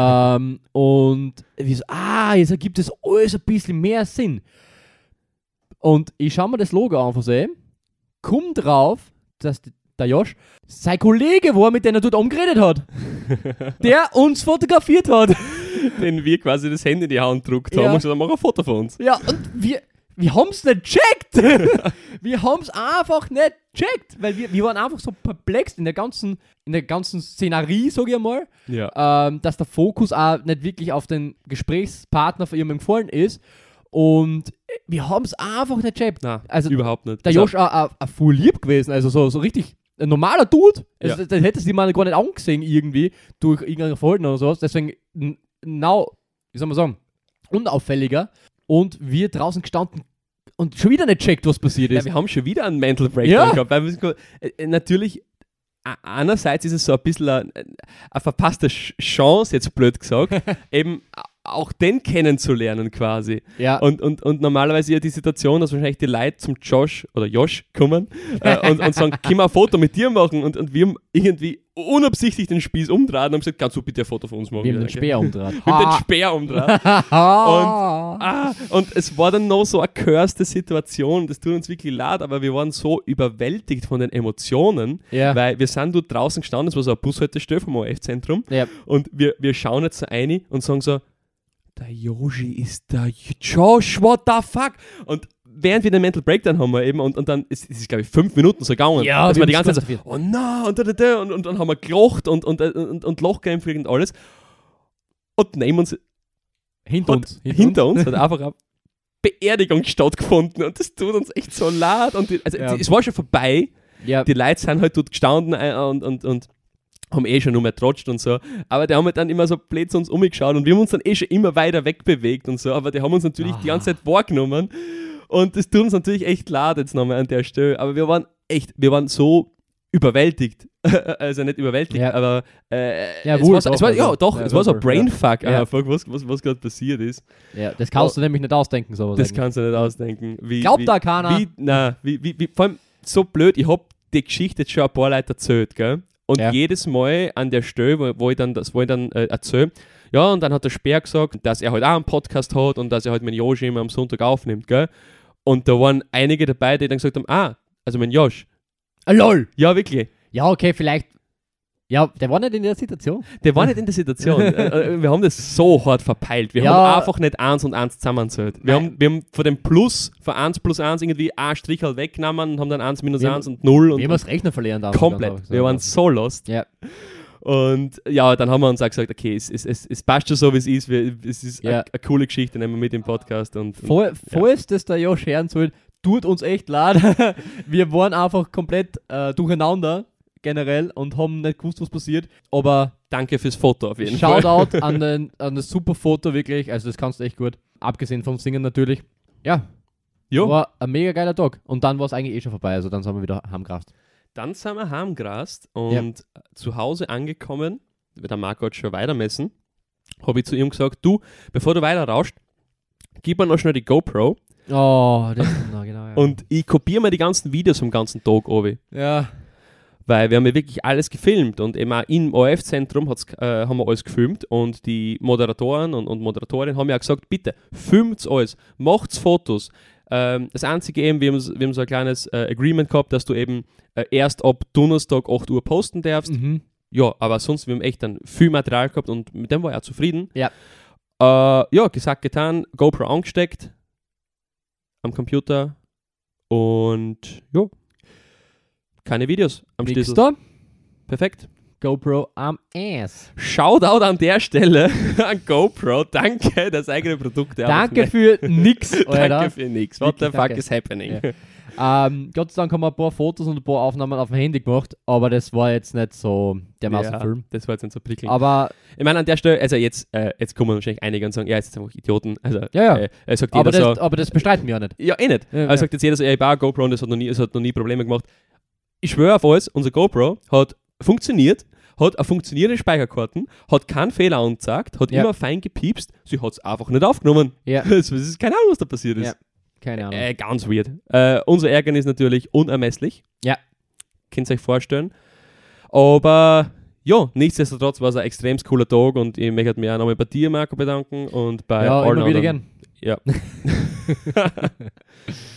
S1: Und wir so, jetzt ergibt es alles ein bisschen mehr Sinn. Und ich schaue mir das Logo an von sehen, komm drauf, dass der Josh sein Kollege war, mit dem er dort umgeredet hat. Der uns fotografiert hat.
S2: Den wir quasi das Handy in die Hand gedruckt haben
S1: Ja.
S2: und gesagt, mach ein Foto von uns.
S1: Ja, und wir haben es nicht gecheckt. Wir haben es einfach nicht gecheckt, weil wir waren einfach so perplex in der ganzen Szenerie, sage ich einmal,
S2: Ja.
S1: dass der Fokus auch nicht wirklich auf den Gesprächspartner von ihm gefallen ist. Und wir haben es einfach nicht gecheckt.
S2: Nein,
S1: Also
S2: überhaupt nicht.
S1: der
S2: Also,
S1: Josh auch voll lieb gewesen, also so richtig ein normaler Dude. Also,
S2: Ja.
S1: das hättest du mal gar nicht angesehen irgendwie durch irgendeine Verhalten oder sowas. Deswegen, wie soll man sagen, unauffälliger. Und wir draußen gestanden und schon wieder nicht checkt, was passiert
S2: ja,
S1: ist.
S2: wir haben schon wieder einen Mental Breakdown
S1: Ja.
S2: gehabt. Weil natürlich, einerseits ist es so ein bisschen eine verpasste Chance, jetzt blöd gesagt, eben auch den kennenzulernen quasi.
S1: Ja.
S2: Und normalerweise ja die Situation, dass wahrscheinlich die Leute zum Josh kommen und sagen, können wir ein Foto mit dir machen? Und wir haben irgendwie unabsichtlich den Spieß umdrehen und haben gesagt, kannst du bitte ein Foto von uns machen?
S1: Wir haben den
S2: Danke.
S1: Speer umdreht.
S2: Wir haben den Speer umdreht. Und es war dann noch so eine cursed Situation, das tut uns wirklich leid, aber wir waren so überwältigt von den Emotionen,
S1: Ja.
S2: weil wir sind dort draußen gestanden, es war so eine Bushaltestelle vom ORF-Zentrum
S1: Ja.
S2: und wir schauen jetzt so rein und sagen so, der Yoshi ist der Josh, what the fuck? Und während wir den Mental Breakdown haben wir eben und dann ist es, glaube ich, 5 Minuten so gegangen,
S1: Ja,
S2: dass
S1: wir
S2: wir die
S1: haben's
S2: ganze Zeit
S1: ganz
S2: so, oh nein, und dann haben wir gelacht und Lochkämpfe und alles. Und neben uns hinter uns hat einfach eine Beerdigung stattgefunden und das tut uns echt so leid. Und es war schon vorbei,
S1: Ja.
S2: die Leute sind halt dort gestanden und haben schon nur mehr getrotscht und so, aber die haben halt dann immer so blöd zu uns umgeschaut und wir haben uns dann schon immer weiter wegbewegt und so, aber die haben uns natürlich die ganze Zeit wahrgenommen und das tut uns natürlich echt leid jetzt nochmal an der Stelle, aber wir waren so überwältigt, also nicht überwältigt,
S1: Ja.
S2: aber
S1: Ja,
S2: es
S1: wohl,
S2: war so,
S1: doch,
S2: es war, ja
S1: also.
S2: doch,
S1: Ja,
S2: es war so
S1: wohl,
S2: ein Brainfuck
S1: ja.
S2: einfach, was gerade passiert ist.
S1: Ja, das kannst du nämlich nicht ausdenken, sowas.
S2: Das
S1: eigentlich.
S2: kannst du nicht ausdenken.
S1: Glaubt da keiner.
S2: Vor allem so blöd, ich habe die Geschichte jetzt schon ein paar Leute erzählt, gell? Und
S1: Ja.
S2: jedes Mal an der Stelle, wo ich dann erzähle, ja, und dann hat der Speer gesagt, dass er halt auch einen Podcast hat und dass er halt mit Joshi immer am Sonntag aufnimmt, gell? Und da waren einige dabei, die dann gesagt haben, also mein Josh.
S1: LOL!
S2: Ja, wirklich.
S1: Ja, okay, vielleicht. Ja, der war nicht in der Situation.
S2: Der war nicht in der Situation. Wir haben das so hart verpeilt. Wir
S1: Ja.
S2: haben einfach nicht 1 und 1 zusammengezählt. Wir
S1: Nein.
S2: haben von dem Plus, von 1 plus 1 irgendwie ein Strich halt weggenommen und haben dann 1 minus
S1: Wir
S2: 1 und 0
S1: Wir haben
S2: und
S1: das Rechner verlieren damals.
S2: komplett. Wir waren so lost.
S1: Ja.
S2: Und ja, dann haben wir uns auch gesagt, okay, es passt schon so, wie es ist. Es ist
S1: Ja.
S2: eine coole Geschichte, nehmen wir mit im Podcast. Und
S1: Falls das der Josh hören soll, tut uns echt leid. Wir waren einfach komplett durcheinander generell und haben nicht gewusst, was passiert. Aber
S2: danke fürs Foto auf jeden Fall.
S1: Shoutout an das super Foto wirklich. Also das kannst du echt gut. Abgesehen vom Singen natürlich. Ja,
S2: Jo.
S1: war ein mega geiler Tag. Und dann war es eigentlich schon vorbei. Also dann sind wir wieder heimgerast.
S2: Dann sind wir heimgerast und zu Hause angekommen, der Marco hat schon weitermessen, habe ich zu ihm gesagt, du, bevor du weiter rauscht, gib mir noch schnell die GoPro
S1: Oh, das genau, ja.
S2: und ich kopiere mir die ganzen Videos vom ganzen Tag, Obi.
S1: ja.
S2: Weil wir haben ja wirklich alles gefilmt und eben auch im ORF-Zentrum haben wir alles gefilmt und die Moderatoren und Moderatorinnen haben ja auch gesagt, bitte, filmt alles, macht Fotos. Das Einzige eben, wir haben so ein kleines Agreement gehabt, dass du eben erst ab Donnerstag 8 Uhr posten darfst.
S1: Mhm.
S2: Ja, aber sonst, wir haben echt dann viel Material gehabt und mit dem war ich auch zufrieden.
S1: Ja.
S2: Ja, gesagt, getan, GoPro angesteckt am Computer und ja, keine Videos am
S1: Nix
S2: Schlüssel.
S1: da.
S2: Perfekt.
S1: GoPro am Ass.
S2: Shoutout an der Stelle an GoPro. Danke, das eigene Produkt.
S1: Danke für nix, Alter.
S2: Danke für nichts. What the
S1: Wirklich
S2: fuck
S1: danke.
S2: is happening?
S1: Gott sei Dank haben wir ein paar Fotos und ein paar Aufnahmen auf dem Handy gemacht, aber das war jetzt nicht so der Massenfilm.
S2: Das war jetzt nicht so prickelnd.
S1: Aber,
S2: Ich meine, an der Stelle, also jetzt kommen wahrscheinlich einige und sagen, ja, jetzt sind einfach Idioten. Also,
S1: Ja.
S2: sagt jeder
S1: aber,
S2: so,
S1: das bestreiten wir ja nicht.
S2: ja, eh nicht.
S1: Ja,
S2: Also sagt jetzt jeder so, ja, ich baue GoPro und es hat noch nie Probleme gemacht. Ich schwöre auf alles, unser GoPro hat funktioniert, hat eine funktionierende Speicherkarten, hat keinen Fehler angezeigt, hat
S1: Ja.
S2: immer fein gepiepst, sie hat es einfach nicht aufgenommen.
S1: Ja.
S2: Es ist keine Ahnung, was da passiert ist.
S1: Ja. Keine Ahnung.
S2: Ganz weird. Unser Ärgernis natürlich unermesslich.
S1: Ja.
S2: Könnt ihr euch vorstellen. Aber ja, nichtsdestotrotz war es ein extrem cooler Tag und ich möchte mich auch nochmal bei dir, Marco, bedanken und bei
S1: Ja,
S2: allen
S1: immer wieder
S2: anderen.
S1: gern.
S2: Ja.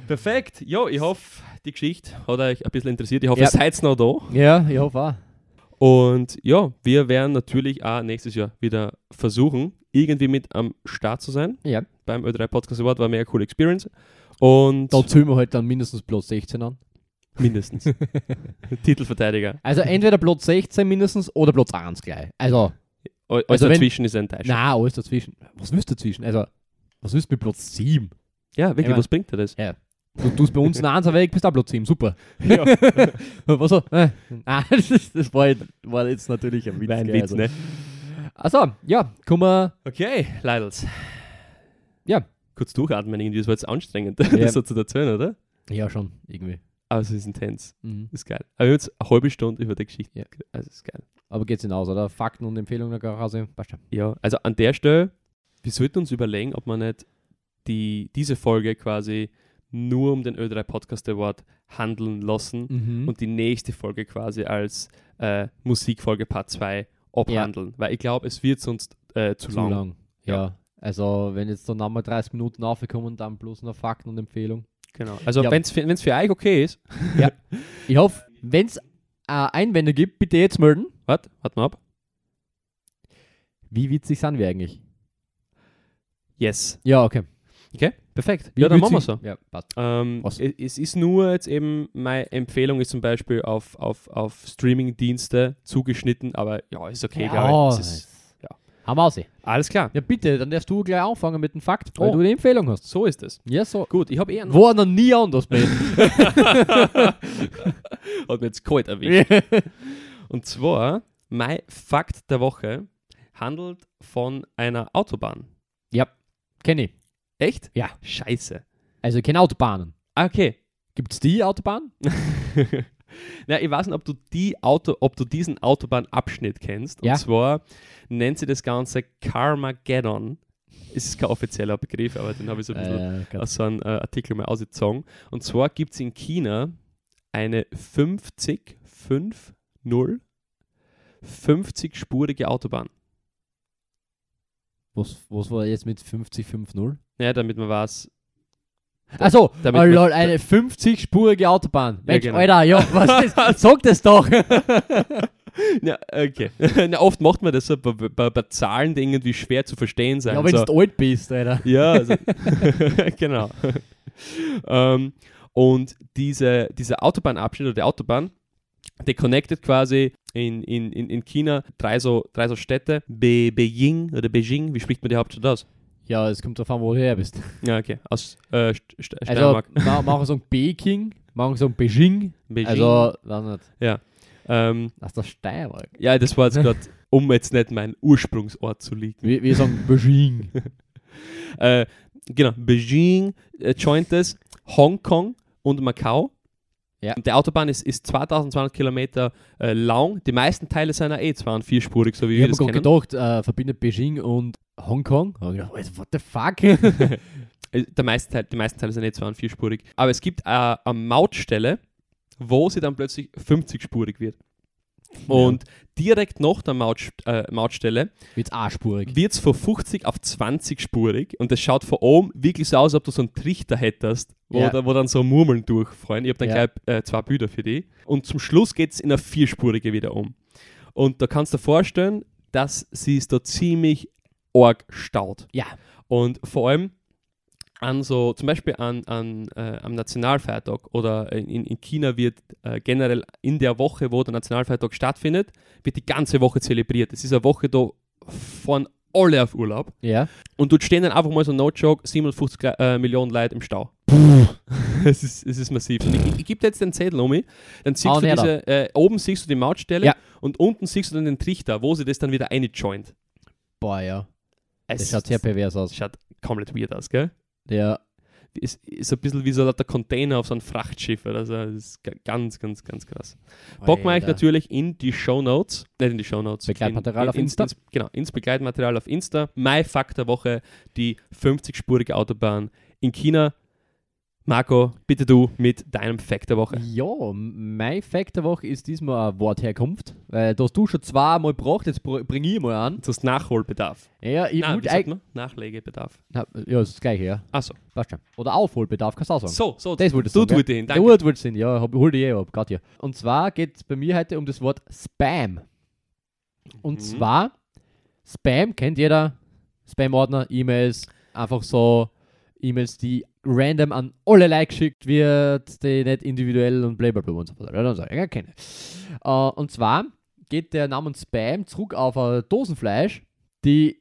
S2: Perfekt. Ja, ich hoffe, die Geschichte hat euch ein bisschen interessiert. Ich hoffe,
S1: Ja.
S2: ihr seid noch da.
S1: Ja, ich hoffe auch.
S2: Und ja, wir werden natürlich auch nächstes Jahr wieder versuchen, irgendwie mit am Start zu sein.
S1: Ja.
S2: Beim Ö3 Podcast Award war eine mega coole Experience. Und
S1: Da zählen wir halt dann mindestens Platz 16 an.
S2: mindestens. Titelverteidiger.
S1: Also entweder Platz 16 mindestens oder Platz 1 gleich. Also,
S2: Alles
S1: Also wenn-
S2: dazwischen ist enttäuschend.
S1: nein, alles dazwischen. Was willst du dazwischen? Also, was willst du mit Platz 7?
S2: Ja, wirklich,
S1: Ja,
S2: was bringt dir das?
S1: Du tust bei uns einen 1er weg, bist auch Platz 7. Super.
S2: Ja.
S1: Was so? Das war jetzt natürlich ein Witz.
S2: Ein
S1: gell,
S2: Witz,
S1: also.
S2: ne?
S1: Also, ja, kommen wir.
S2: Okay, Leidels.
S1: Ja.
S2: Kurz durchatmen irgendwie, das war jetzt anstrengend,
S1: Ja.
S2: das so zu erzählen, oder?
S1: Ja, schon, irgendwie.
S2: Aber es ist intens.
S1: Mhm.
S2: Das ist geil. Aber wir haben jetzt eine halbe Stunde über die Geschichte.
S1: Ja.
S2: Also das ist geil.
S1: Aber geht's hinaus, oder? Fakten und Empfehlungen nach Hause. Passt schon.
S2: Ja, also an der Stelle, wir sollten uns überlegen, ob man nicht diese Folge quasi nur um den Ö3 Podcast Award handeln lassen
S1: Mhm.
S2: und die nächste Folge quasi als Musikfolge Part 2 abhandeln. Weil ich glaube, es wird sonst zu lang.
S1: Ja. Also, wenn jetzt dann nochmal 30 Minuten aufkommen, dann bloß noch Fakten und Empfehlung.
S2: Genau. Also
S1: Ja.
S2: wenn es für euch okay ist,
S1: Ich hoffe, wenn es Einwände gibt, bitte jetzt melden.
S2: warte mal ab.
S1: Wie witzig sind wir eigentlich?
S2: Yes.
S1: Ja, okay.
S2: Okay, perfekt.
S1: Wie
S2: Ja, dann machen wir
S1: witzig-
S2: so.
S1: Ja, passt.
S2: Es ist nur jetzt eben, meine Empfehlung ist zum Beispiel auf Streaming-Dienste zugeschnitten, aber ja, ist okay, glaube ich. Es ist,
S1: Haben wir aussehen.
S2: alles klar,
S1: Ja, bitte, dann darfst du gleich anfangen mit dem Fakt, weil
S2: Oh.
S1: du die Empfehlung hast.
S2: so ist es.
S1: Ja, so.
S2: Gut, ich habe einen.
S1: War noch nie anders, Ben.
S2: Hat mir jetzt kalt erwischt. Und zwar, mein Fakt der Woche handelt von einer Autobahn.
S1: Kenn ich.
S2: Echt?
S1: Ja.
S2: Scheiße.
S1: Also, keine Autobahnen.
S2: Ah, okay.
S1: Gibt's die Autobahn?
S2: Na, ich weiß nicht, ob du diesen Autobahnabschnitt kennst.
S1: Ja.
S2: Und zwar nennt sie das Ganze Carmageddon. Es ist kein offizieller Begriff, aber den habe ich so ein bisschen aus so einem Artikel mal ausgezogen. Und zwar gibt es in China eine 50-spurige Autobahn.
S1: Was war jetzt mit 50-5-0?
S2: Ja, damit man weiß.
S1: Achso,
S2: damit
S1: oh
S2: man-
S1: lol, eine 50-spurige Autobahn. Mensch,
S2: genau.
S1: Alter, ja, was ist, sag das doch.
S2: Ja, okay. Na, oft macht man das so bei Zahlen, die irgendwie schwer zu verstehen sind.
S1: Ja, wenn
S2: so.
S1: du alt bist, Alter.
S2: Ja, also, genau. Und dieser Autobahnabschnitt oder die Autobahn, die connectet quasi in China drei so Städte. Beijing, wie spricht man die Hauptstadt aus?
S1: Ja, es kommt drauf an, wo du her bist.
S2: Ja, okay, aus
S1: Also,
S2: Steiermark.
S1: machen wir so ein Peking, machen wir so ein Beijing.
S2: Beijing.
S1: Also, weiß nicht,
S2: Ähm,
S1: aus der Steiermark.
S2: ja, das war jetzt gerade, um jetzt nicht meinen Ursprungsort zu liegen.
S1: Wir sagen Beijing.
S2: Genau, Beijing joint es, Hongkong und Macau.
S1: Ja.
S2: Und die Autobahn ist 2200 Kilometer lang. Die meisten Teile sind ja 2- und 4-spurig, so wie
S1: Ich
S2: wir
S1: habe
S2: das
S1: mir
S2: kennen.
S1: gerade gedacht, verbindet Beijing und Hongkong. Da hab ich gedacht, Alter, what the fuck?
S2: Die meisten Teile sind 2- und 4-spurig. Aber es gibt eine Mautstelle, wo sie dann plötzlich 50-spurig wird. Und direkt nach der Mautstelle
S1: Wird's A-spurig.
S2: wird es von 50 auf 20-spurig und das schaut von oben wirklich so aus, als ob du so einen Trichter hättest, wo,
S1: Ja.
S2: wo dann so Murmeln durchfallen. Ich habe dann
S1: Ja.
S2: gleich 2 Bilder für die. Und zum Schluss geht es in eine 4-spurige wieder um. Und da kannst du dir vorstellen, dass sie es da ziemlich arg staut.
S1: Ja.
S2: Und vor allem zum Beispiel am Nationalfeiertag oder in China wird generell in der Woche, wo der Nationalfeiertag stattfindet, wird die ganze Woche zelebriert. Es ist eine Woche, da fahren alle auf Urlaub
S1: Ja.
S2: und dort stehen dann einfach mal so No-Joke 57 Millionen Leute im Stau. Es ist massiv. Und ich gebe dir jetzt den Zettel um mich, dann siehst du
S1: nicht
S2: oben siehst du die Mautstelle
S1: Ja.
S2: und unten siehst du dann den Trichter, wo sie das dann wieder einjoint.
S1: Boah, ja. Das
S2: Es
S1: schaut sehr pervers aus.
S2: schaut komplett weird aus, gell?
S1: Ja.
S2: Ist ein bisschen wie so der Container auf so einem Frachtschiff. Also das ist ganz, ganz, ganz krass. Packen wir euch
S1: Alter.
S2: natürlich in die Shownotes. Nicht in die Shownotes.
S1: Begleitmaterial auf Insta.
S2: Genau, ins Begleitmaterial auf Insta. Mein Fakt der Woche, die 50-spurige Autobahn in China. Marco, bitte du mit deinem Fact der Woche.
S1: Ja, mein Fact der Woche ist diesmal eine Wortherkunft, weil da hast du schon zweimal gebracht, jetzt bringe ich mal an.
S2: Du hast Nachholbedarf.
S1: Ja, ich
S2: Nein,
S1: wollte
S2: wie sagt man? Nachlegebedarf.
S1: Ja, das ist das Gleiche, ja.
S2: Achso.
S1: Passt schon. Oder Aufholbedarf, kannst du auch sagen.
S2: So,
S1: Das wolltest
S2: du
S1: sagen,
S2: tut hin,
S1: Der
S2: danke.
S1: Wort wollte hin, ja, hol die ab, gerade hier. Und zwar geht es bei mir heute um das Wort Spam. Und zwar, Spam kennt jeder, Spam-Ordner, E-Mails, einfach so E-Mails, die random an alle Leute geschickt wird, die nicht individuell und blablabla und so weiter. Ja, kenne. Und zwar geht der Name Spam zurück auf ein Dosenfleisch, die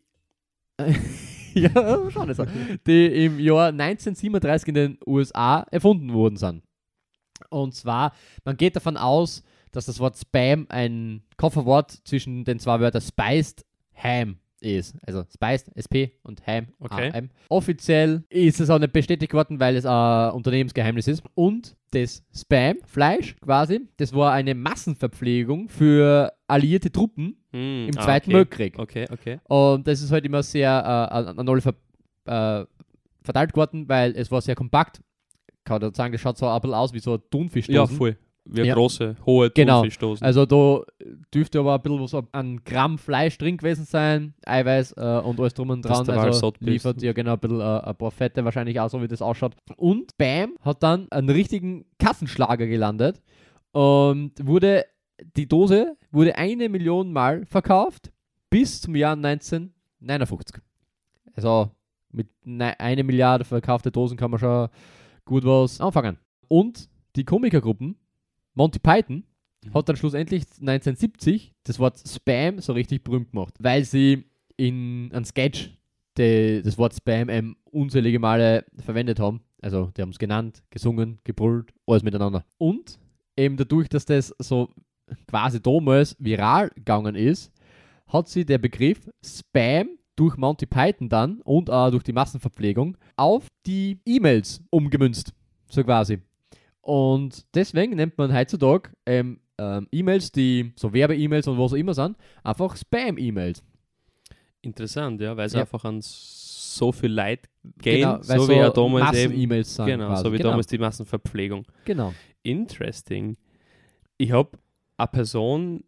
S1: ja, schon so, die im Jahr 1937 in den USA erfunden worden sind. Und zwar, man geht davon aus, dass das Wort Spam ein Kofferwort zwischen den zwei Wörtern Spiced Ham ist. Also Spiced, SP und Ham,
S2: Okay.
S1: AM. Offiziell ist es auch nicht bestätigt worden, weil es ein Unternehmensgeheimnis ist. Und das Spam-Fleisch quasi, das war eine Massenverpflegung für alliierte Truppen im Zweiten Weltkrieg.
S2: Okay.
S1: Und das ist halt immer sehr an alle verteilt geworden, weil es war sehr kompakt. Kann man sagen, das schaut so ein bisschen aus wie so ein Thunfischdosen.
S2: Ja, voll. Wie eine
S1: Ja.
S2: große, hohe
S1: Genau.
S2: Thunfischdosen.
S1: Also da dürfte aber ein bisschen was an Gramm Fleisch drin gewesen sein, Eiweiß und alles drum und
S2: Dass
S1: dran.
S2: du mal
S1: Also
S2: satt bist.
S1: liefert ja genau ein bisschen ein paar Fette wahrscheinlich auch so, wie das ausschaut. Und Bam hat dann einen richtigen Kassenschlager gelandet und die Dose wurde 1 Million Mal verkauft bis zum Jahr 1959. Also mit 1 Milliarde verkaufte Dosen kann man schon gut was anfangen. Und die Komikergruppen Monty Python hat dann schlussendlich 1970 das Wort Spam so richtig berühmt gemacht, weil sie in einem Sketch das Wort Spam unzählige Male verwendet haben. Also die haben es genannt, gesungen, gebrüllt, alles miteinander. Und eben dadurch, dass das so quasi damals viral gegangen ist, hat sie der Begriff Spam durch Monty Python dann und auch durch die Massenverpflegung auf die E-Mails umgemünzt. So quasi. Und deswegen nennt man heutzutage E-Mails, die so Werbe-E-Mails und was auch immer sind, einfach Spam-E-Mails.
S2: Interessant, ja, weil es
S1: Ja.
S2: einfach an so viel Leid gehen,
S1: Genau, weil
S2: so wie ja damals eben.
S1: Massen-E-Mails sind.
S2: Genau,
S1: quasi.
S2: so wie damals die Massenverpflegung.
S1: Genau.
S2: Interesting. Ich habe eine Person,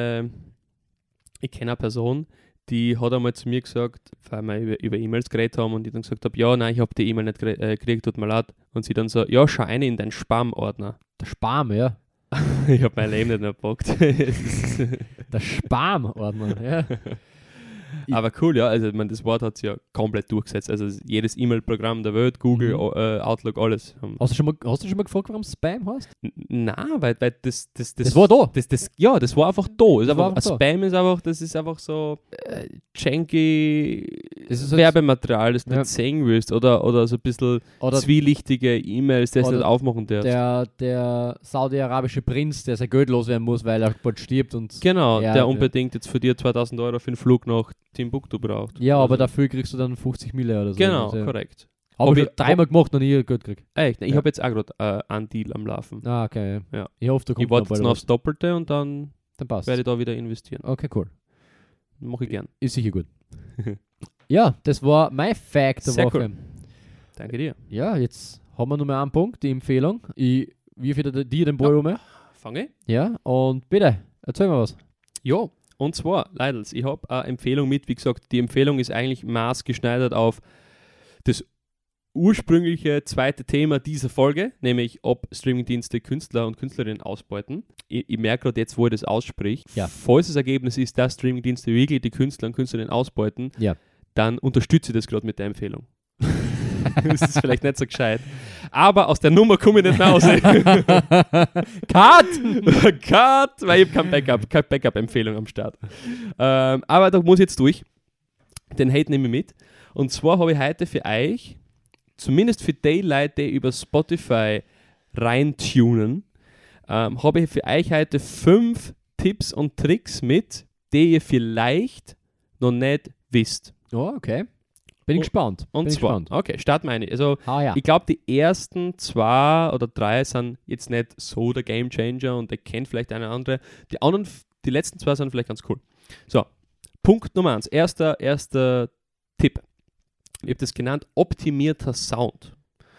S2: ich kenne eine Person, die hat einmal zu mir gesagt, weil wir über E-Mails geredet haben und ich dann gesagt habe, ja, nein, ich habe die E-Mail nicht gekriegt, tut mir leid. Und sie dann so, ja, schau eine in deinen Spam-Ordner.
S1: Der Spam, ja.
S2: Ich habe mein Leben nicht mehr gepackt.
S1: Der Spam-Ordner, ja.
S2: Aber cool, ja, also ich meine, das Wort hat sich ja komplett durchgesetzt. Also jedes E-Mail-Programm der Welt, Google, Outlook, alles.
S1: Hast du schon mal gefragt, warum Spam heißt?
S2: Nein, weil das
S1: war da.
S2: Das war einfach da.
S1: Das war einfach da.
S2: Spam das ist einfach so janky
S1: Das ist halt-
S2: Werbematerial, das du
S1: Ja.
S2: nicht sehen willst. Oder so ein bisschen
S1: Oder
S2: zwielichtige E-Mails, das du
S1: oder
S2: nicht aufmachen darfst.
S1: der saudi-arabische Prinz, der sein Geld loswerden muss, weil er bald stirbt. Und
S2: Genau,
S1: Ja,
S2: der unbedingt jetzt für dir 2000 Euro für den Flug nach Timbuktu braucht.
S1: ja, aber
S2: Also-
S1: dafür kriegst du dann 50 Mille oder so.
S2: Genau,
S1: Also,
S2: korrekt.
S1: Habe
S2: Hab
S1: ich
S2: ich-
S1: dreimal gemacht, noch nie Geld gekriegt.
S2: Echt, ich
S1: Ja.
S2: habe jetzt auch gerade einen Deal am Laufen.
S1: Ah, okay.
S2: Ja.
S1: Ich hoffe, da kommt
S2: Ich warte
S1: bald
S2: jetzt noch
S1: was.
S2: aufs Doppelte und dann
S1: Dann passt.
S2: werde ich da wieder investieren.
S1: Okay, cool.
S2: Mache ich gern.
S1: Ist sicher gut. Ja, das war mein Fact der
S2: Sehr
S1: Woche.
S2: cool. Danke dir.
S1: Ja, jetzt haben wir nochmal einen Punkt, die Empfehlung. Ich wirf wieder dir den Ball rum.
S2: Fange?
S1: Ja, und bitte, erzähl mal was.
S2: Ja, und zwar, Leidels, ich habe eine Empfehlung mit. Wie gesagt, die Empfehlung ist eigentlich maßgeschneidert auf das ursprüngliche zweite Thema dieser Folge, nämlich ob Streamingdienste Künstler und Künstlerinnen ausbeuten. Ich merke gerade jetzt, wo ich das aussprich.
S1: Ja.
S2: Falls das Ergebnis ist, dass Streamingdienste wirklich die Künstler und Künstlerinnen ausbeuten,
S1: Ja.
S2: dann unterstütze ich das gerade mit der Empfehlung. Das ist vielleicht nicht so gescheit. Aber aus der Nummer komme ich nicht nach Hause.
S1: Cut!
S2: Cut! Weil ich habe keine Backup-Empfehlung am Start. Aber da muss ich jetzt durch. Den Hate nehme ich mit. Und zwar habe ich heute für euch, zumindest für die Leute, die über Spotify reintunen, habe ich für euch heute 5 Tipps und Tricks mit, die ihr vielleicht noch nicht wisst.
S1: Oh, okay. Bin ich gespannt.
S2: Und
S1: Bin
S2: zwar,
S1: gespannt.
S2: okay, starten wir eine. Also,
S1: Ja.
S2: ich glaube, die ersten 2 oder 3 sind jetzt nicht so der Gamechanger und ihr kennt vielleicht eine andere. Die anderen, die letzten 2 sind vielleicht ganz cool. So, Punkt Nummer 1. Erster Tipp. Ich habe das genannt, optimierter Sound.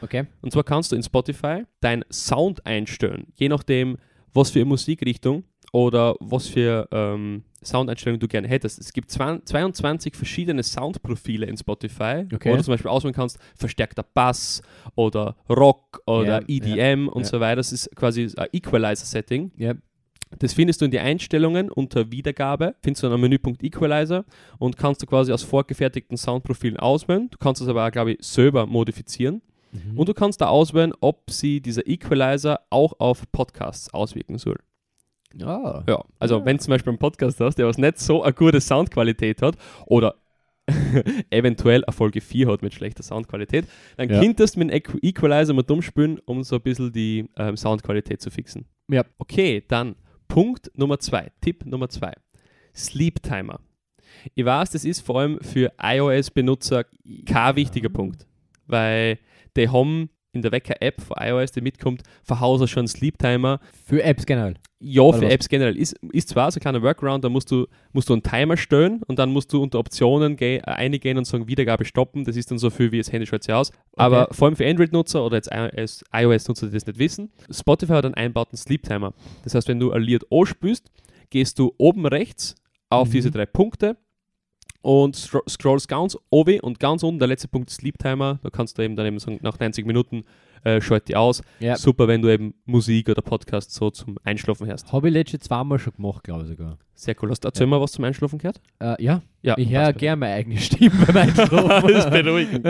S1: Okay.
S2: Und zwar kannst du in Spotify deinen Sound einstellen, je nachdem, was für eine Musikrichtung oder was für Soundeinstellungen du gerne hättest. Es gibt 22 verschiedene Soundprofile in Spotify, wo du zum Beispiel auswählen kannst, verstärkter Bass oder Rock oder EDM und so weiter. Das ist quasi ein Equalizer-Setting.
S1: Ja.
S2: Das findest du in die Einstellungen unter Wiedergabe, findest du dann am Menüpunkt Equalizer und kannst du quasi aus vorgefertigten Soundprofilen auswählen. Du kannst es aber auch, glaube ich, selber modifizieren. Und du kannst da auswählen, ob sie dieser Equalizer auch auf Podcasts auswirken soll.
S1: Ah.
S2: Ja, also wenn du zum Beispiel einen Podcast hast, der was nicht so eine gute Soundqualität hat oder eventuell eine Folge 4 hat mit schlechter Soundqualität, dann könntest du mit dem Equalizer mal dumm spielen, um so ein bisschen die Soundqualität zu fixen.
S1: Ja.
S2: Okay, dann Punkt Nummer 2, Tipp Nummer 2. Sleep Timer. Ich weiß, das ist vor allem für iOS-Benutzer kein wichtiger Punkt, weil die haben in der Wecker-App von iOS, die mitkommt, von Haus aus schon einen Sleep Timer.
S1: Für Apps generell?
S2: Ja, oder für was? Apps generell. Ist zwar so ein kleiner Workaround, da musst du einen Timer stellen und dann musst du unter Optionen eingehen und sagen, Wiedergabe stoppen. Das ist dann so viel, wie das Handy schaut sich aus. Aber vor allem für Android-Nutzer oder jetzt iOS-Nutzer, die das nicht wissen, Spotify hat einen einbauten Sleep-Timer. Das heißt, wenn du ein Lied anspielst, gehst du oben rechts auf diese 3 Punkte und scrollst ganz oben und ganz unten, der letzte Punkt ist Sleep Timer, da kannst du eben dann eben sagen, nach 90 Minuten schalte die aus. Ja. Super, wenn du eben Musik oder Podcast so zum Einschlafen hörst.
S1: Habe ich letztens 2-mal schon gemacht, glaube ich sogar.
S2: Sehr cool. Erzähl mal, was zum Einschlafen gehört?
S1: Ja. Ich höre gerne meine eigene Stimme beim Einschlafen.
S2: Das ist beruhigend.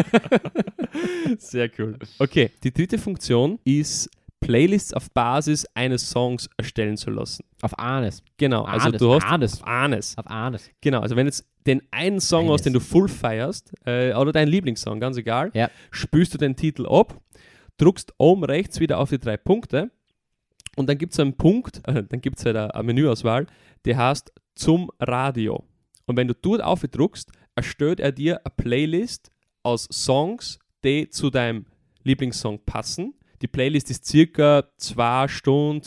S2: Sehr cool. Okay, die dritte Funktion ist, Playlists auf Basis eines Songs erstellen zu lassen.
S1: Auf eines.
S2: Genau, also du hast
S1: auf
S2: eines. Genau, also wenn jetzt den einen Song hast, den du full feierst, oder deinen Lieblingssong, ganz egal, spülst du den Titel ab, druckst oben rechts wieder auf die 3 Punkte und dann gibt es einen Punkt, dann gibt es halt eine Menüauswahl, die heißt zum Radio. Und wenn du dort aufdruckst, erstellt er dir eine Playlist aus Songs, die zu deinem Lieblingssong passen. Die Playlist ist circa 2 Stunden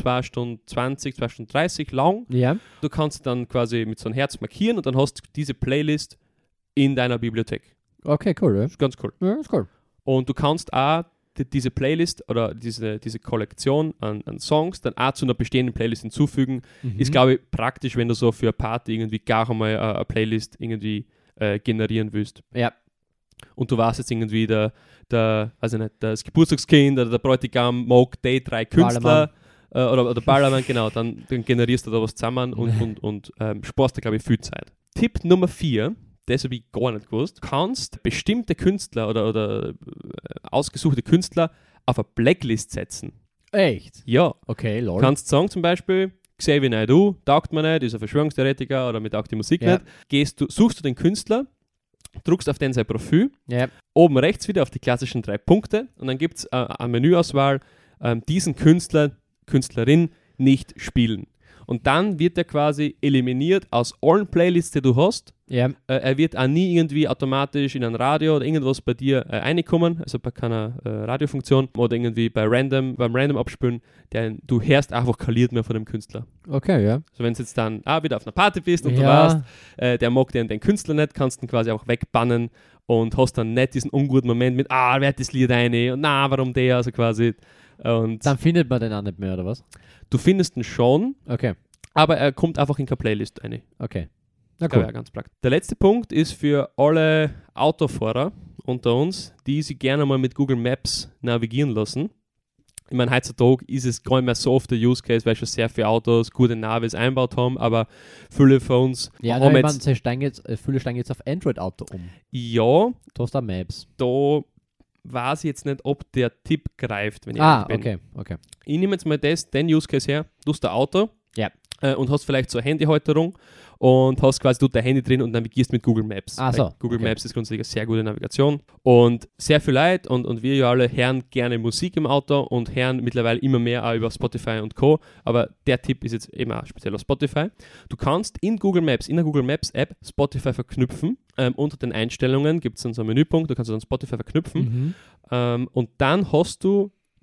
S2: 20, 2 Stunden 30 lang.
S1: Ja.
S2: Du kannst dann quasi mit so einem Herz markieren und dann hast du diese Playlist in deiner Bibliothek.
S1: Okay, cool. Ja.
S2: Das ist ganz cool.
S1: Ja, ist cool.
S2: Und du kannst auch diese Playlist oder diese Kollektion an Songs dann auch zu einer bestehenden Playlist hinzufügen. Ist, glaube ich, praktisch, wenn du so für eine Party irgendwie gar einmal eine Playlist irgendwie generieren willst.
S1: Ja.
S2: Und du weißt jetzt irgendwie, also nicht, das Geburtstagskind oder der Bräutigam mag die 3 Künstler oder Ballermann, genau, dann generierst du da was zusammen und sparst da, glaube ich, viel Zeit. Tipp Nummer 4, das habe ich gar nicht gewusst, du kannst bestimmte Künstler oder ausgesuchte Künstler auf eine Blacklist setzen.
S1: Echt?
S2: Ja.
S1: Okay, lol.
S2: Du kannst sagen zum Beispiel, Xavier Naidoo, taugt mir nicht, ist ein Verschwörungstheoretiker oder mir taugt die Musik nicht. Suchst du den Künstler, druckst auf den sein Profil, oben rechts wieder auf die klassischen 3 Punkte und dann gibt es eine Menüauswahl, diesen Künstler, Künstlerin nicht spielen. Und dann wird er quasi eliminiert aus allen Playlists, die du hast.
S1: Ja.
S2: Er wird auch nie irgendwie automatisch in ein Radio oder irgendwas bei dir reinkommen, also bei keiner Radiofunktion oder irgendwie beim Random abspielen. Du hörst einfach kein Lied mehr von dem Künstler.
S1: Okay, ja.
S2: Also wenn du jetzt dann wieder auf einer Party bist und du weißt, der mag den Künstler nicht, kannst du ihn quasi auch wegbannen und hast dann nicht diesen unguten Moment mit, wer hat das Lied rein und warum der, also quasi. Und
S1: dann findet man den auch nicht mehr, oder was?
S2: Du findest ihn schon,
S1: okay,
S2: aber er kommt einfach in keine Playlist rein.
S1: Okay. Na cool.
S2: Ja, ganz praktisch. Der letzte Punkt ist für alle Autofahrer unter uns, die sich gerne mal mit Google Maps navigieren lassen. Ich meine, heutzutage ist es gar nicht mehr so oft der Use Case, weil schon sehr viele Autos gute Navis eingebaut haben, aber viele von uns
S1: haben jetzt... viele steigen jetzt auf Android-Auto um.
S2: Ja.
S1: Du hast da Maps.
S2: Da weiß ich jetzt nicht, ob der Tipp greift, wenn ich ehrlich bin.
S1: Okay.
S2: Ich nehme jetzt mal den Use Case her, du hast ein Auto und hast vielleicht so eine Handyhalterung und hast quasi dein Handy drin und navigierst mit Google Maps. Google Maps ist grundsätzlich eine sehr gute Navigation und sehr viel Leute und wir ja alle hören gerne Musik im Auto und hören mittlerweile immer mehr auch über Spotify und Co. Aber der Tipp ist jetzt eben auch speziell auf Spotify. Du kannst in Google Maps, in der Google Maps App Spotify verknüpfen. Unter den Einstellungen gibt es dann so einen Menüpunkt, du kannst dann Spotify verknüpfen und dann hast du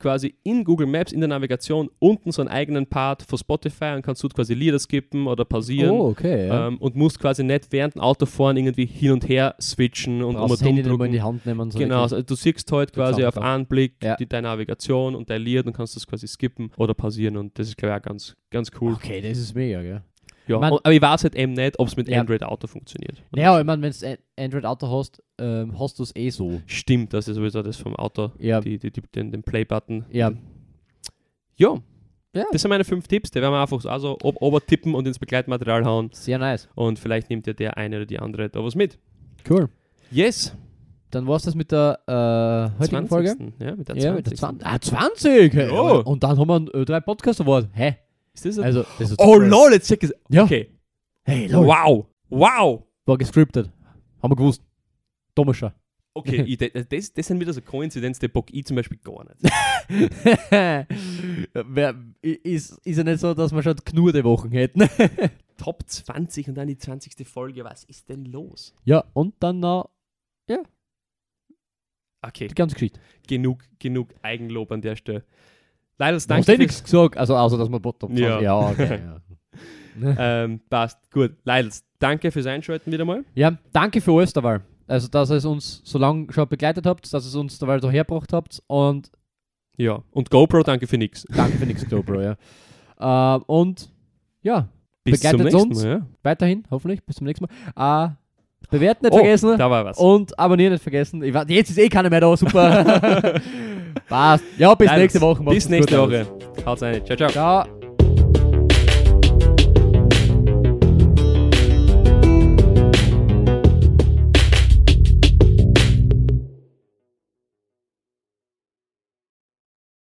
S2: quasi in Google Maps, in der Navigation, unten so einen eigenen Part von Spotify und kannst du quasi Lieder skippen oder pausieren.
S1: Oh, okay. Ja.
S2: Und musst quasi nicht während dem Autofahren irgendwie hin und her switchen und
S1: das Handy nicht mal in die Hand nehmen. So
S2: genau, also du siehst halt quasi auf einen Blick
S1: ja.
S2: deine Navigation und dein Lied und kannst das quasi skippen oder pausieren und das ist, glaube ich, auch ganz, ganz cool.
S1: Okay, das ist mega, gell?
S2: Ja, aber ich weiß halt eben nicht, ob es mit
S1: ja.
S2: Android Auto funktioniert.
S1: Ja, ich meine, wenn du Android Auto hast, hast du es eh so.
S2: Stimmt, das ist sowieso das vom Auto,
S1: ja.
S2: den Play-Button.
S1: Ja.
S2: Ja. Das sind meine 5 Tipps, die werden wir einfach so obertippen und ins Begleitmaterial hauen.
S1: Sehr nice.
S2: Und vielleicht nimmt ja der eine oder die andere da was mit.
S1: Cool.
S2: Yes.
S1: Dann war es das mit der heutigen
S2: 20.
S1: Folge.
S2: Ja, mit der 20.
S1: Ja, mit der 20. 20! Hey.
S2: Oh.
S1: Und dann haben wir 3 Podcast-Awards. Hä?
S2: Ist das
S1: also, das ist
S2: oh lol, jetzt check es.
S1: Ja.
S2: Okay.
S1: Hey, lol.
S2: Wow.
S1: War gescriptet. Haben wir gewusst. Dummischer.
S2: Okay, das sind wieder so Koinzidenz, die bock ich zum Beispiel gar nicht.
S1: Ist ja nicht so, dass wir schon knurde Wochen hätten.
S2: Top 20 und dann die 20. Folge. Was ist denn los?
S1: Ja, und dann noch
S2: Okay.
S1: die ganze Geschichte.
S2: Genug Eigenlob an der Stelle. Leider
S1: Du hast nichts gesagt, also außer dass wir Bottom
S2: Ja.
S1: Ja, okay.
S2: Passt, gut. Leidels, danke fürs Einschalten wieder mal.
S1: Ja, danke für alles dabei. Also, dass ihr es uns so lange schon begleitet habt, dass ihr es uns dabei so hergebracht habt und
S2: Ja, und GoPro, danke für nichts.
S1: danke für nichts, GoPro, ja. Und ja,
S2: Bis zum
S1: begleitet
S2: nächsten
S1: uns
S2: Mal. Ja.
S1: weiterhin, hoffentlich, bis zum nächsten Mal. Bewerten nicht vergessen
S2: Da war was.
S1: und abonnieren nicht vergessen. Jetzt ist eh keiner mehr da, super. Passt. Ja, bis
S2: Leidels,
S1: nächste Woche.
S2: Bis nächste Woche. Haut's rein. Ciao, ciao.
S1: Ciao.